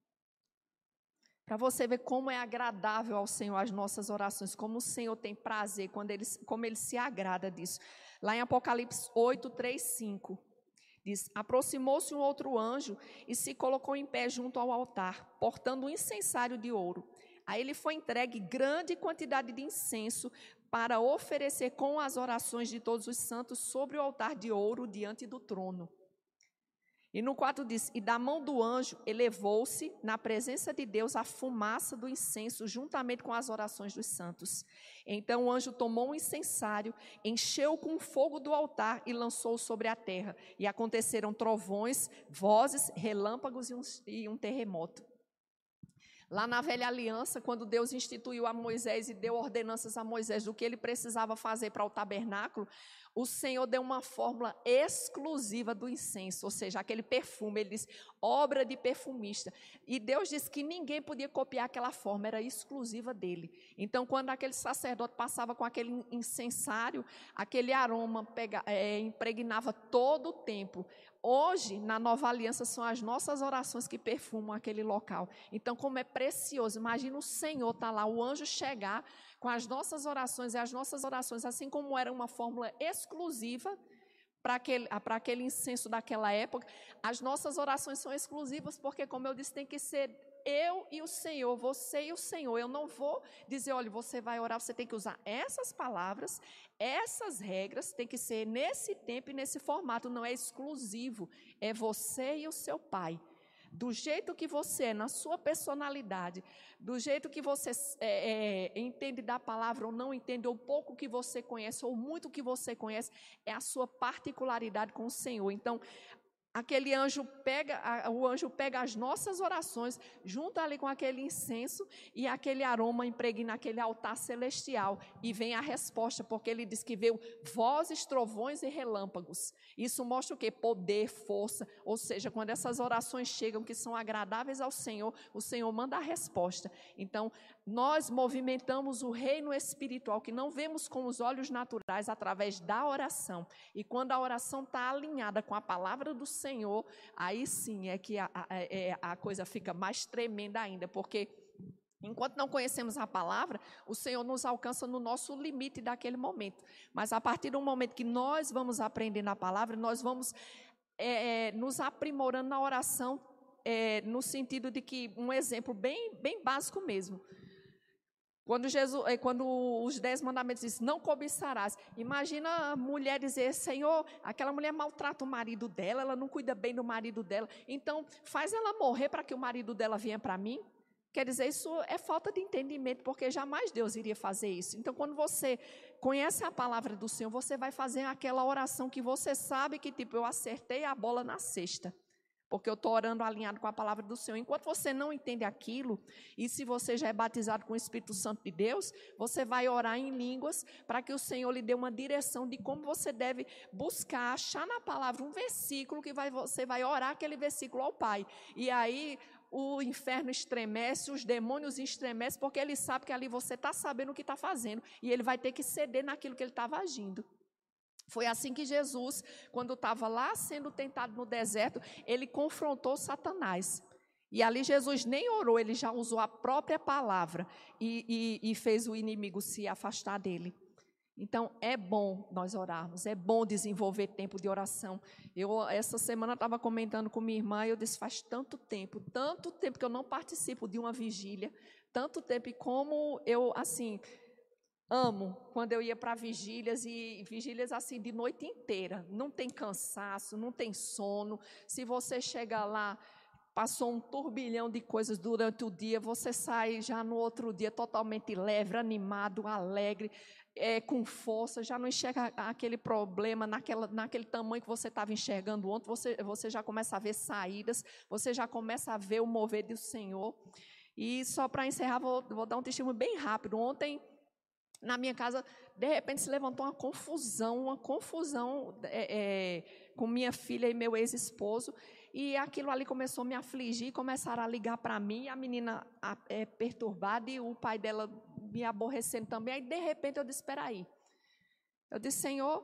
para você ver como é agradável ao Senhor as nossas orações, como o Senhor tem prazer, quando ele, como Ele se agrada disso. Lá em Apocalipse oito, três, cinco, diz, aproximou-se um outro anjo e se colocou em pé junto ao altar, portando um incensário de ouro. A ele foi entregue grande quantidade de incenso para oferecer com as orações de todos os santos sobre o altar de ouro diante do trono. E no quatro diz, e da mão do anjo elevou-se na presença de Deus a fumaça do incenso, juntamente com as orações dos santos. Então o anjo tomou um incensário, encheu com o fogo do altar e lançou sobre a terra. E aconteceram trovões, vozes, relâmpagos e um, e um terremoto. Lá na velha aliança, quando Deus instituiu a Moisés e deu ordenanças a Moisés do que ele precisava fazer para o tabernáculo, o Senhor deu uma fórmula exclusiva do incenso, ou seja, aquele perfume, ele diz, obra de perfumista. E Deus disse que ninguém podia copiar aquela forma, era exclusiva dele. Então, quando aquele sacerdote passava com aquele incensário, aquele aroma pega, é, impregnava todo o templo. Hoje, na nova aliança, são as nossas orações que perfumam aquele local. Então, como é precioso, imagina o Senhor estar lá, o anjo chegar com as nossas orações, e as nossas orações, assim como era uma fórmula exclusiva para aquele, para aquele incenso daquela época, as nossas orações são exclusivas, porque, como eu disse, tem que ser eu e o Senhor, você e o Senhor. Eu não vou dizer, olha, você vai orar, você tem que usar essas palavras, essas regras, tem que ser nesse tempo e nesse formato, não é exclusivo, é você e o seu Pai. Do jeito que você é, na sua personalidade, do jeito que você é, é, entende da palavra ou não entende, ou pouco que você conhece, ou muito que você conhece, é a sua particularidade com o Senhor. Então, aquele anjo pega, o anjo pega as nossas orações, junta ali com aquele incenso e aquele aroma impregna aquele altar celestial e vem a resposta, porque ele diz que veio vozes, trovões e relâmpagos. Isso mostra o quê? Poder, força, ou seja, quando essas orações chegam que são agradáveis ao Senhor, o Senhor manda a resposta. Então, nós movimentamos o reino espiritual que não vemos com os olhos naturais através da oração. E quando a oração está alinhada com a palavra do Senhor, aí sim é que a, a, a coisa fica mais tremenda ainda, porque enquanto não conhecemos a palavra, o Senhor nos alcança no nosso limite daquele momento. Mas a partir do momento que nós vamos aprendendo a palavra, nós vamos é, nos aprimorando na oração, é, no sentido de que, um exemplo bem, bem básico mesmo, Quando, Jesus, quando os dez mandamentos dizem, não cobiçarás, imagina a mulher dizer, Senhor, aquela mulher maltrata o marido dela, ela não cuida bem do marido dela, então faz ela morrer para que o marido dela venha para mim. Quer dizer, isso é falta de entendimento, porque jamais Deus iria fazer isso. Então, quando você conhece a palavra do Senhor, você vai fazer aquela oração que você sabe que, tipo, eu acertei a bola na cesta. Porque eu estou orando alinhado com a palavra do Senhor. Enquanto você não entende aquilo, e se você já é batizado com o Espírito Santo de Deus, você vai orar em línguas para que o Senhor lhe dê uma direção de como você deve buscar, achar na palavra um versículo que vai, você vai orar aquele versículo ao Pai. E aí o inferno estremece, os demônios estremecem, porque ele sabe que ali você está sabendo o que está fazendo, e ele vai ter que ceder naquilo que ele estava agindo. Foi assim que Jesus, quando estava lá sendo tentado no deserto, ele confrontou Satanás. E ali Jesus nem orou, ele já usou a própria palavra e, e, e fez o inimigo se afastar dele. Então, é bom nós orarmos, é bom desenvolver tempo de oração. Eu, essa semana, estava comentando com minha irmã, e eu disse, faz tanto tempo, tanto tempo que eu não participo de uma vigília, tanto tempo, e como eu, assim... amo quando eu ia para vigílias, e vigílias assim de noite inteira, não tem cansaço, não tem sono. Se você chega lá, passou um turbilhão de coisas durante o dia, você sai já no outro dia totalmente leve, animado, alegre, é, com força, já não enxerga aquele problema naquela, naquele tamanho que você estava enxergando ontem, você, você já começa a ver saídas, você já começa a ver o mover do Senhor. E só para encerrar, vou, vou dar um testemunho bem rápido. Ontem, na minha casa, de repente se levantou uma confusão, uma confusão é, é, com minha filha e meu ex-esposo, e aquilo ali começou a me afligir, começaram a ligar para mim, a menina a, é, perturbada, e o pai dela me aborrecendo também. Aí de repente eu disse, espera aí, eu disse, Senhor,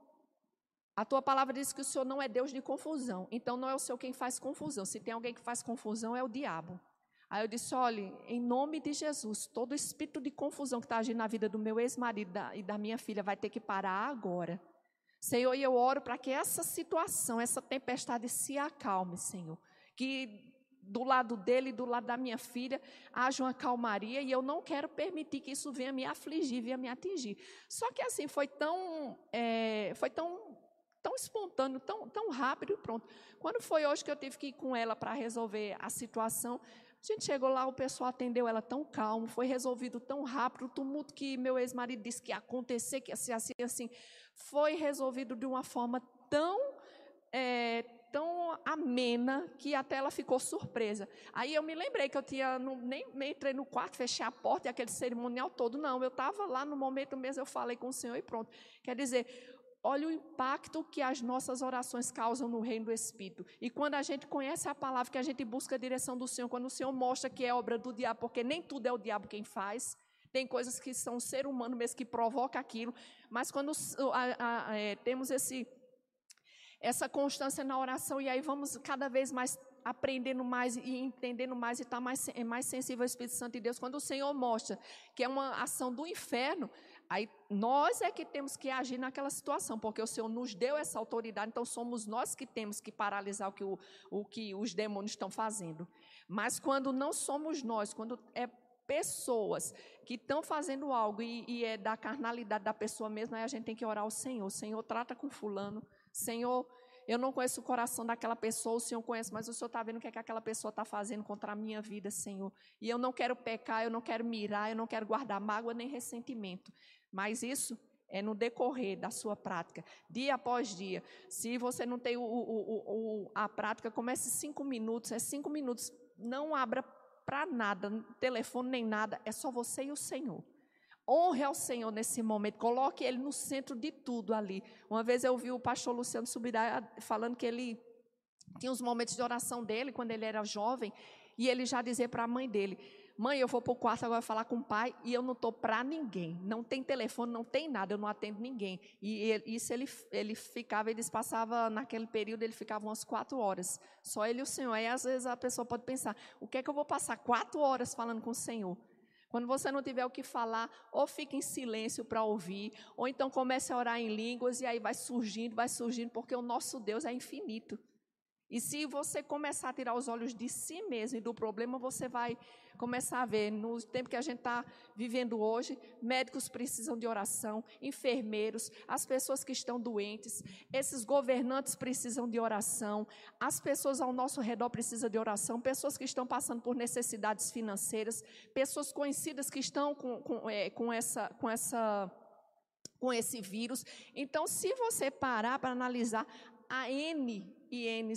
a tua palavra diz que o Senhor não é Deus de confusão, então não é o Senhor quem faz confusão, se tem alguém que faz confusão é o diabo. Aí eu disse, olha, em nome de Jesus, todo espírito de confusão que está agindo na vida do meu ex-marido e da minha filha vai ter que parar agora. Senhor, e eu oro para que essa situação, essa tempestade se acalme, Senhor. Que do lado dele e do lado da minha filha haja uma calmaria, e eu não quero permitir que isso venha me afligir, venha me atingir. Só que assim, foi tão, é, foi tão, tão espontâneo, tão, tão rápido e pronto. Quando foi hoje que eu tive que ir com ela para resolver a situação, a gente chegou lá, o pessoal atendeu ela tão calmo, foi resolvido tão rápido, o tumulto que meu ex-marido disse que ia acontecer, que ia ser assim, assim, foi resolvido de uma forma tão, é, tão amena que até ela ficou surpresa. Aí eu me lembrei que eu tinha, não, nem, nem entrei no quarto, fechei a porta e aquele cerimonial todo. Não, eu estava lá no momento mesmo, eu falei com o Senhor e pronto. Quer dizer, olha o impacto que as nossas orações causam no reino do Espírito. E quando a gente conhece a palavra, que a gente busca a direção do Senhor, quando o Senhor mostra que é obra do diabo, porque nem tudo é o diabo quem faz, tem coisas que são o ser humano mesmo que provoca aquilo, mas quando a, a, é, temos esse... essa constância na oração, e aí vamos cada vez mais aprendendo mais e entendendo mais e estar tá mais, mais sensível ao Espírito Santo de Deus. Quando o Senhor mostra que é uma ação do inferno, aí nós é que temos que agir naquela situação, porque o Senhor nos deu essa autoridade, então somos nós que temos que paralisar o que, o, o que os demônios estão fazendo. Mas quando não somos nós, quando é pessoas que estão fazendo algo e, e é da carnalidade da pessoa mesmo, aí a gente tem que orar ao Senhor. Senhor, trata com fulano. Senhor, eu não conheço o coração daquela pessoa, o Senhor conhece, mas o Senhor está vendo o que, é que aquela pessoa está fazendo contra a minha vida, Senhor. E eu não quero pecar, eu não quero mirar, eu não quero guardar mágoa nem ressentimento. Mas isso é no decorrer da sua prática, dia após dia. Se você não tem o, o, o, a prática, comece cinco minutos, é cinco minutos, não abra para nada, telefone nem nada, é só você e o Senhor. Honre ao Senhor nesse momento, coloque Ele no centro de tudo ali. Uma vez eu ouvi o pastor Luciano Subirá falando que ele tinha os momentos de oração dele, quando ele era jovem, e ele já dizia para a mãe dele: mãe, eu vou para o quarto agora falar com o pai e eu não estou para ninguém, não tem telefone, não tem nada, eu não atendo ninguém. E ele, isso ele, ele ficava, eles passavam, naquele período, ele ficava umas quatro horas, só ele e o Senhor. Aí às vezes a pessoa pode pensar, o que é que eu vou passar quatro horas falando com o Senhor? Quando você não tiver o que falar, ou fique em silêncio para ouvir, ou então comece a orar em línguas e aí vai surgindo, vai surgindo, porque o nosso Deus é infinito. E se você começar a tirar os olhos de si mesmo e do problema, você vai começar a ver, no tempo que a gente está vivendo hoje, médicos precisam de oração, enfermeiros, as pessoas que estão doentes, esses governantes precisam de oração, as pessoas ao nosso redor precisam de oração, pessoas que estão passando por necessidades financeiras, pessoas conhecidas que estão com, com, é, com, essa, com, essa, com esse vírus. Então, se você parar para analisar, há N e N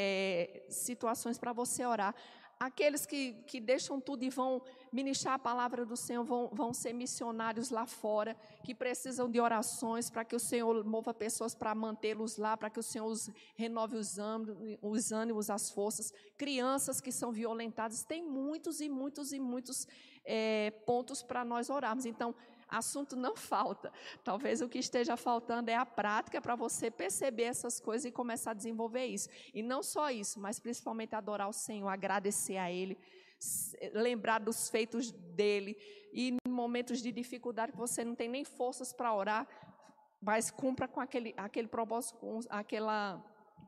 é, situações para você orar. Aqueles que, que deixam tudo e vão ministrar a palavra do Senhor, vão, vão ser missionários lá fora, que precisam de orações para que o Senhor mova pessoas para mantê-los lá, para que o Senhor os renove os ânimos, os ânimos, as forças. Crianças que são violentadas, tem muitos e muitos e muitos é, pontos para nós orarmos. Então, assunto não falta. Talvez o que esteja faltando é a prática para você perceber essas coisas e começar a desenvolver isso. E não só isso, mas principalmente adorar o Senhor, agradecer a Ele, lembrar dos feitos dEle. E em momentos de dificuldade que você não tem nem forças para orar, mas cumpra com aquele, aquele propósito, com aquela...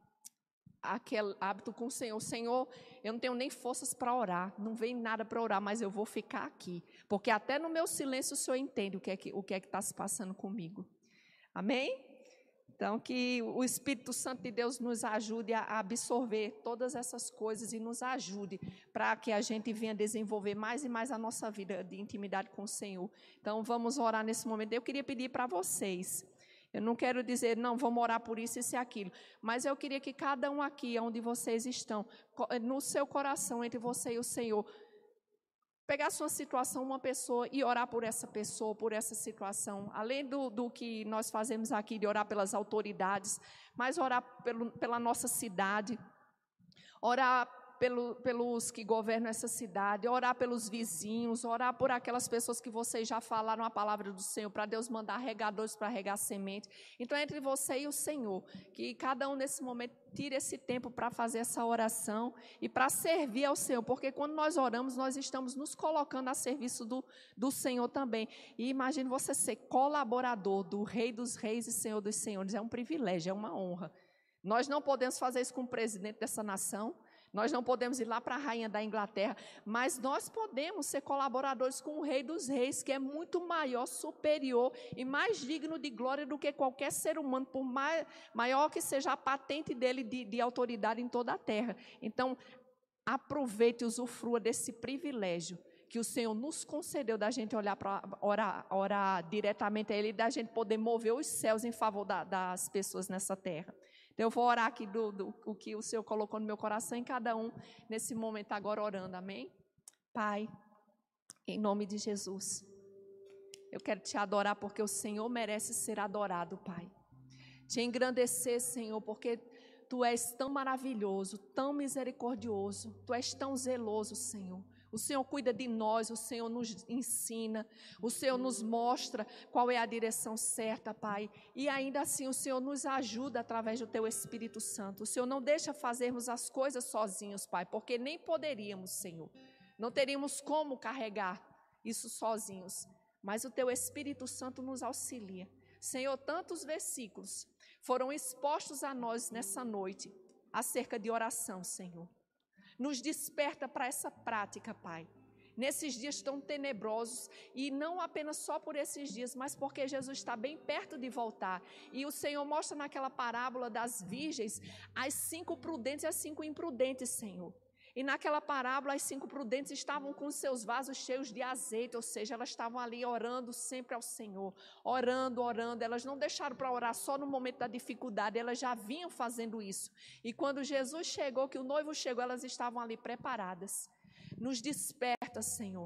aquele hábito com o Senhor. Senhor, eu não tenho nem forças para orar, não vem nada para orar, mas eu vou ficar aqui, porque até no meu silêncio o Senhor entende o que é que o que é que está se passando comigo. Amém? Então, que o Espírito Santo de Deus nos ajude a absorver todas essas coisas e nos ajude para que a gente venha desenvolver mais e mais a nossa vida de intimidade com o Senhor. Então, vamos orar nesse momento. Eu queria pedir para vocês, eu não quero dizer, não, vamos orar por isso, isso e aquilo. Mas eu queria que cada um aqui, onde vocês estão, no seu coração, entre você e o Senhor, pegar a sua situação, uma pessoa, e orar por essa pessoa, por essa situação. Além do, do que nós fazemos aqui, de orar pelas autoridades, mas orar pelo, pela nossa cidade, orar Pelo, pelos que governam essa cidade, orar pelos vizinhos, orar por aquelas pessoas que vocês já falaram a palavra do Senhor, para Deus mandar regadores para regar semente. Então, entre você e o Senhor, que cada um nesse momento tire esse tempo para fazer essa oração e para servir ao Senhor, porque quando nós oramos, nós estamos nos colocando a serviço do, do Senhor também. E imagine você ser colaborador do Rei dos Reis e Senhor dos Senhores, é um privilégio, é uma honra. Nós não podemos fazer isso com o presidente dessa nação, nós não podemos ir lá para a rainha da Inglaterra, mas nós podemos ser colaboradores com o Rei dos Reis, que é muito maior, superior e mais digno de glória do que qualquer ser humano, por mais, maior que seja a patente dele de, de autoridade em toda a terra. Então, aproveite e usufrua desse privilégio que o Senhor nos concedeu, da gente olhar para orar, orar diretamente a Ele, e da gente poder mover os céus em favor da, das pessoas nessa terra. Então, eu vou orar aqui do, do o que o Senhor colocou no meu coração, em cada um, nesse momento agora orando, amém? Pai, em nome de Jesus, eu quero te adorar porque o Senhor merece ser adorado, Pai. Te engrandecer, Senhor, porque Tu és tão maravilhoso, tão misericordioso, Tu és tão zeloso, Senhor. O Senhor cuida de nós, o Senhor nos ensina, o Senhor nos mostra qual é a direção certa, Pai. E ainda assim o Senhor nos ajuda através do Teu Espírito Santo. O Senhor não deixa fazermos as coisas sozinhos, Pai, porque nem poderíamos, Senhor. Não teríamos como carregar isso sozinhos. Mas o Teu Espírito Santo nos auxilia. Senhor, tantos versículos foram expostos a nós nessa noite, acerca de oração, Senhor. Nos desperta para essa prática, Pai. Nesses dias tão tenebrosos, e não apenas só por esses dias, mas porque Jesus está bem perto de voltar. E o Senhor mostra naquela parábola das virgens, as cinco prudentes e as cinco imprudentes, Senhor. E naquela parábola, as cinco prudentes estavam com seus vasos cheios de azeite, ou seja, elas estavam ali orando sempre ao Senhor, orando, orando. Elas não deixaram para orar só no momento da dificuldade, elas já vinham fazendo isso. E quando Jesus chegou, que o noivo chegou, elas estavam ali preparadas. Nos desperta, Senhor,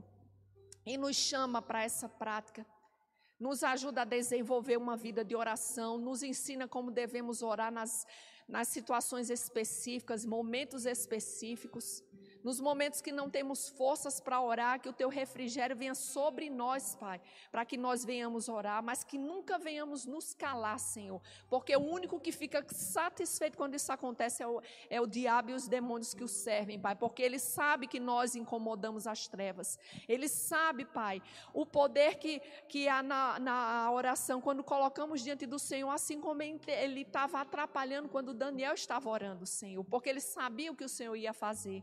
e nos chama para essa prática. Nos ajuda a desenvolver uma vida de oração, nos ensina como devemos orar nas nas situações específicas, momentos específicos, nos momentos que não temos forças para orar, que o Teu refrigério venha sobre nós, Pai, para que nós venhamos orar, mas que nunca venhamos nos calar, Senhor, porque o único que fica satisfeito quando isso acontece é o, é o diabo e os demônios que o servem, Pai, porque ele sabe que nós incomodamos as trevas, ele sabe, Pai, o poder que, que há na, na oração, quando colocamos diante do Senhor, assim como ele estava atrapalhando quando Daniel estava orando, Senhor, porque ele sabia o que o Senhor ia fazer.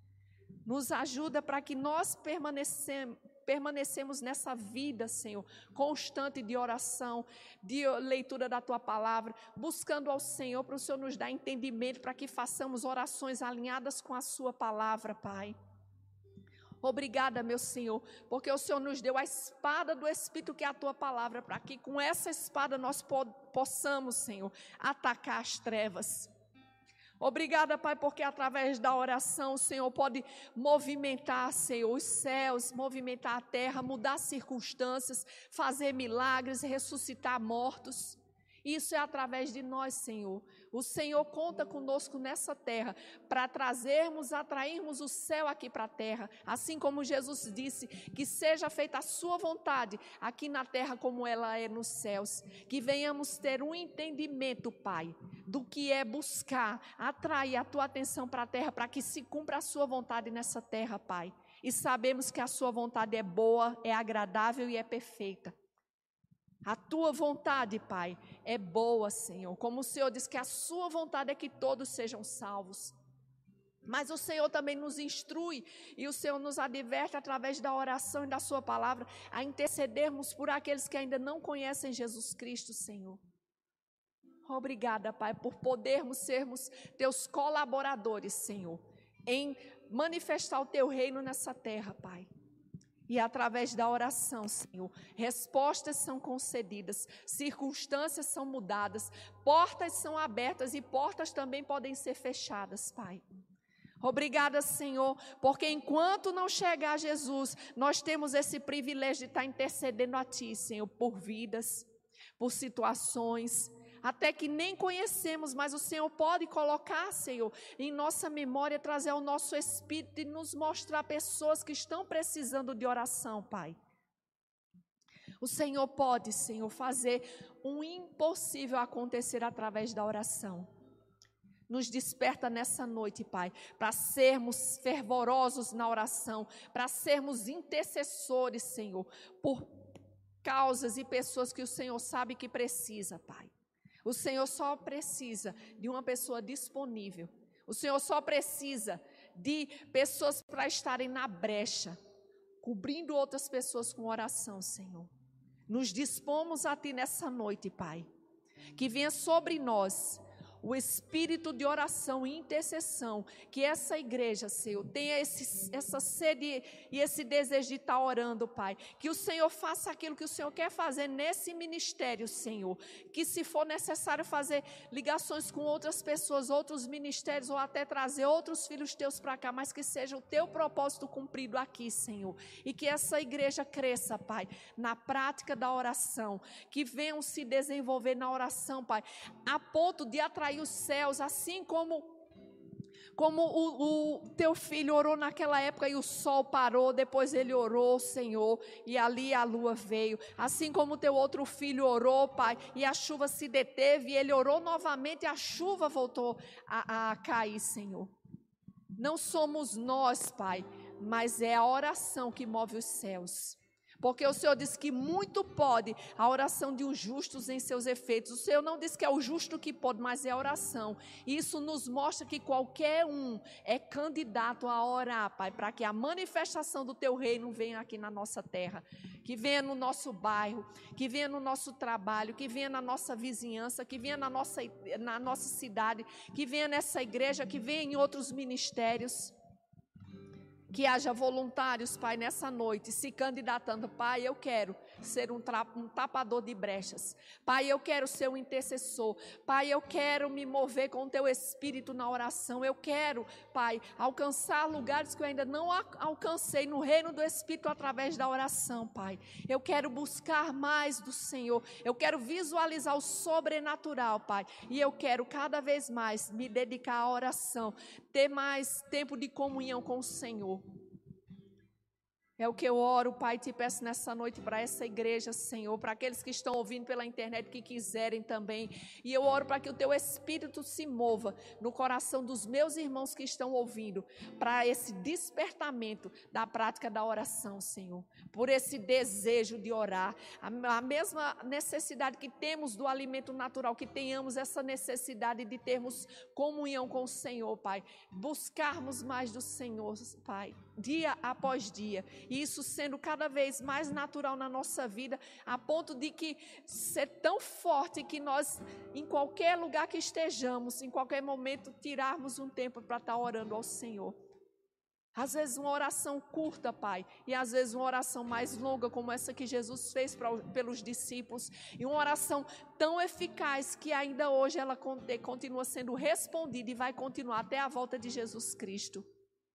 Nos ajuda para que nós permanecemos, permanecemos nessa vida, Senhor, constante de oração, de leitura da Tua palavra, buscando ao Senhor para o Senhor nos dar entendimento, para que façamos orações alinhadas com a Sua palavra, Pai. Obrigada, meu Senhor, porque o Senhor nos deu a espada do Espírito, que é a Tua palavra, para que com essa espada nós po- possamos, Senhor, atacar as trevas. Obrigada, Pai, porque através da oração o Senhor pode movimentar, Senhor, os céus, movimentar a terra, mudar circunstâncias, fazer milagres, ressuscitar mortos. Isso é através de nós, Senhor. O Senhor conta conosco nessa terra para trazermos, atrairmos o céu aqui para a terra. Assim como Jesus disse, que seja feita a sua vontade aqui na terra como ela é nos céus. Que venhamos ter um entendimento, Pai, do que é buscar, atrair a Tua atenção para a terra, para que se cumpra a Sua vontade nessa terra, Pai. E sabemos que a Sua vontade é boa, é agradável e é perfeita. A Tua vontade, Pai, é boa, Senhor. Como o Senhor diz que a Sua vontade é que todos sejam salvos. Mas o Senhor também nos instrui e o Senhor nos adverte através da oração e da Sua palavra a intercedermos por aqueles que ainda não conhecem Jesus Cristo, Senhor. Obrigada, Pai, por podermos sermos Teus colaboradores, Senhor, em manifestar o Teu reino nessa terra, Pai. E através da oração, Senhor, respostas são concedidas, circunstâncias são mudadas, portas são abertas e portas também podem ser fechadas, Pai. Obrigada, Senhor, porque enquanto não chegar Jesus, nós temos esse privilégio de estar intercedendo a Ti, Senhor, por vidas, por situações, até que nem conhecemos, mas o Senhor pode colocar, Senhor, em nossa memória, trazer ao nosso espírito e nos mostrar pessoas que estão precisando de oração, Pai. O Senhor pode, Senhor, fazer um impossível acontecer através da oração. Nos desperta nessa noite, Pai, para sermos fervorosos na oração, para sermos intercessores, Senhor, por causas e pessoas que o Senhor sabe que precisa, Pai. O Senhor só precisa de uma pessoa disponível. O Senhor só precisa de pessoas para estarem na brecha, cobrindo outras pessoas com oração, Senhor. Nos dispomos a Ti nessa noite, Pai. Que venha sobre nós o espírito de oração e intercessão, que essa igreja, Senhor, tenha esse, essa sede e esse desejo de estar orando, Pai. Que o Senhor faça aquilo que o Senhor quer fazer nesse ministério, Senhor. Que se for necessário fazer ligações com outras pessoas, outros ministérios, ou até trazer outros filhos teus para cá, mas que seja o teu propósito cumprido aqui, Senhor. E que essa igreja cresça, Pai, na prática da oração. Que venham se desenvolver na oração, Pai, a ponto de atrair os céus, assim como como o, o teu filho orou naquela época e o sol parou, depois ele orou, Senhor, e ali a lua veio. Assim como o teu outro filho orou, Pai, e a chuva se deteve, e ele orou novamente e a chuva voltou a, a cair, Senhor. Não somos nós, Pai, mas é a oração que move os céus. Porque o Senhor disse que muito pode a oração de os justos em seus efeitos. O Senhor não disse que é o justo que pode, mas é a oração. E isso nos mostra que qualquer um é candidato a orar, Pai, para que a manifestação do Teu reino venha aqui na nossa terra. Que venha no nosso bairro, que venha no nosso trabalho, que venha na nossa vizinhança, que venha na nossa, na nossa cidade, que venha nessa igreja, que venha em outros ministérios. Que haja voluntários, Pai, nessa noite, se candidatando. Pai, eu quero ser um, tra- um tapador de brechas. Pai, eu quero ser um intercessor. Pai, eu quero me mover com o Teu Espírito na oração. Eu quero, Pai, alcançar lugares que eu ainda não a- alcancei no reino do Espírito através da oração, Pai. Eu quero buscar mais do Senhor. Eu quero visualizar o sobrenatural, Pai. E eu quero cada vez mais me dedicar à oração, ter mais tempo de comunhão com o Senhor. É o que eu oro, Pai, te peço nessa noite para essa igreja, Senhor, para aqueles que estão ouvindo pela internet, que quiserem também. E eu oro para que o Teu Espírito se mova no coração dos meus irmãos que estão ouvindo, para esse despertamento da prática da oração, Senhor. Por esse desejo de orar, a, a mesma necessidade que temos do alimento natural, que tenhamos essa necessidade de termos comunhão com o Senhor, Pai. Buscarmos mais do Senhor, Pai, dia após dia. E isso sendo cada vez mais natural na nossa vida, a ponto de que ser tão forte que nós, em qualquer lugar que estejamos, em qualquer momento, tirarmos um tempo para estar orando ao Senhor. Às vezes uma oração curta, Pai, e às vezes uma oração mais longa, como essa que Jesus fez pra, pelos discípulos, e uma oração tão eficaz que ainda hoje ela continua sendo respondida e vai continuar até a volta de Jesus Cristo.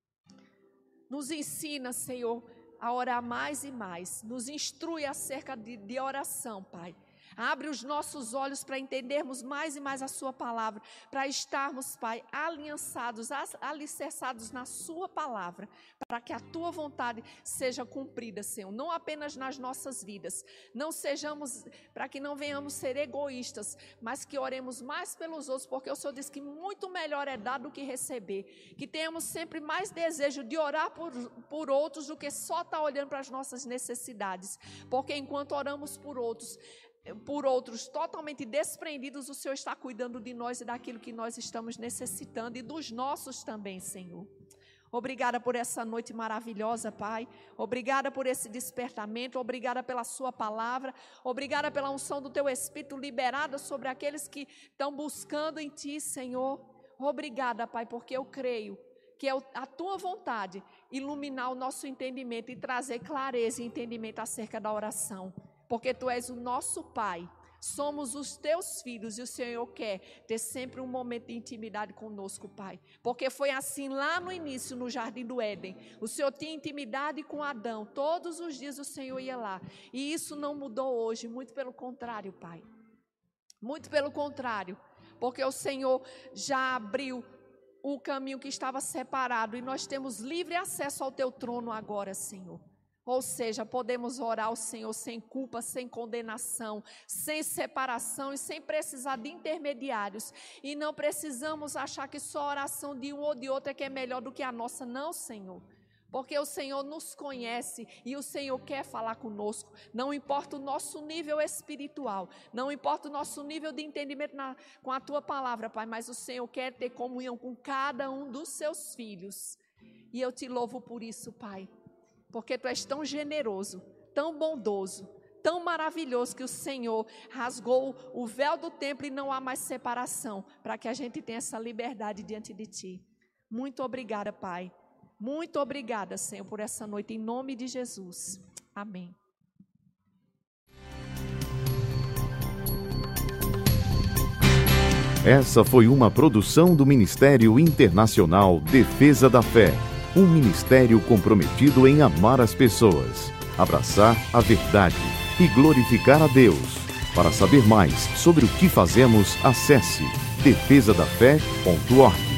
Nos ensina, Senhor, a orar mais e mais. Nos instrui acerca de, de oração, Pai. Abre os nossos olhos para entendermos mais e mais a Sua palavra, para estarmos, Pai, aliançados, alicerçados na Sua palavra, para que a Tua vontade seja cumprida, Senhor, não apenas nas nossas vidas, não sejamos, para que não venhamos ser egoístas, mas que oremos mais pelos outros, porque o Senhor diz que muito melhor é dar do que receber, que tenhamos sempre mais desejo de orar por, por outros do que só estar olhando para as nossas necessidades, porque enquanto oramos por outros, por outros totalmente desprendidos, o Senhor está cuidando de nós e daquilo que nós estamos necessitando e dos nossos também, Senhor. Obrigada por essa noite maravilhosa, Pai. Obrigada por esse despertamento. Obrigada pela Sua palavra. Obrigada pela unção do Teu Espírito liberada sobre aqueles que estão buscando em Ti, Senhor. Obrigada, Pai, porque eu creio que é a Tua vontade iluminar o nosso entendimento e trazer clareza e entendimento acerca da oração. Porque Tu és o nosso Pai, somos os Teus filhos e o Senhor quer ter sempre um momento de intimidade conosco, Pai. Porque foi assim lá no início, no Jardim do Éden. O Senhor tinha intimidade com Adão, todos os dias o Senhor ia lá. E isso não mudou hoje, muito pelo contrário, Pai. Muito pelo contrário, porque o Senhor já abriu o caminho que estava separado e nós temos livre acesso ao Teu trono agora, Senhor. Ou seja, podemos orar ao Senhor sem culpa, sem condenação, sem separação e sem precisar de intermediários. E não precisamos achar que só a oração de um ou de outro é que é melhor do que a nossa. Não, Senhor. Porque o Senhor nos conhece e o Senhor quer falar conosco. Não importa o nosso nível espiritual, não importa o nosso nível de entendimento na, com a Tua palavra, Pai, mas o Senhor quer ter comunhão com cada um dos Seus filhos. E eu Te louvo por isso, Pai. Porque Tu és tão generoso, tão bondoso, tão maravilhoso que o Senhor rasgou o véu do templo e não há mais separação, para que a gente tenha essa liberdade diante de Ti. Muito obrigada, Pai. Muito obrigada, Senhor, por essa noite, em nome de Jesus. Amém. Essa foi uma produção do Ministério Internacional Defesa da Fé, um ministério comprometido em amar as pessoas, abraçar a verdade e glorificar a Deus. Para saber mais sobre o que fazemos, acesse defesa da fé ponto org.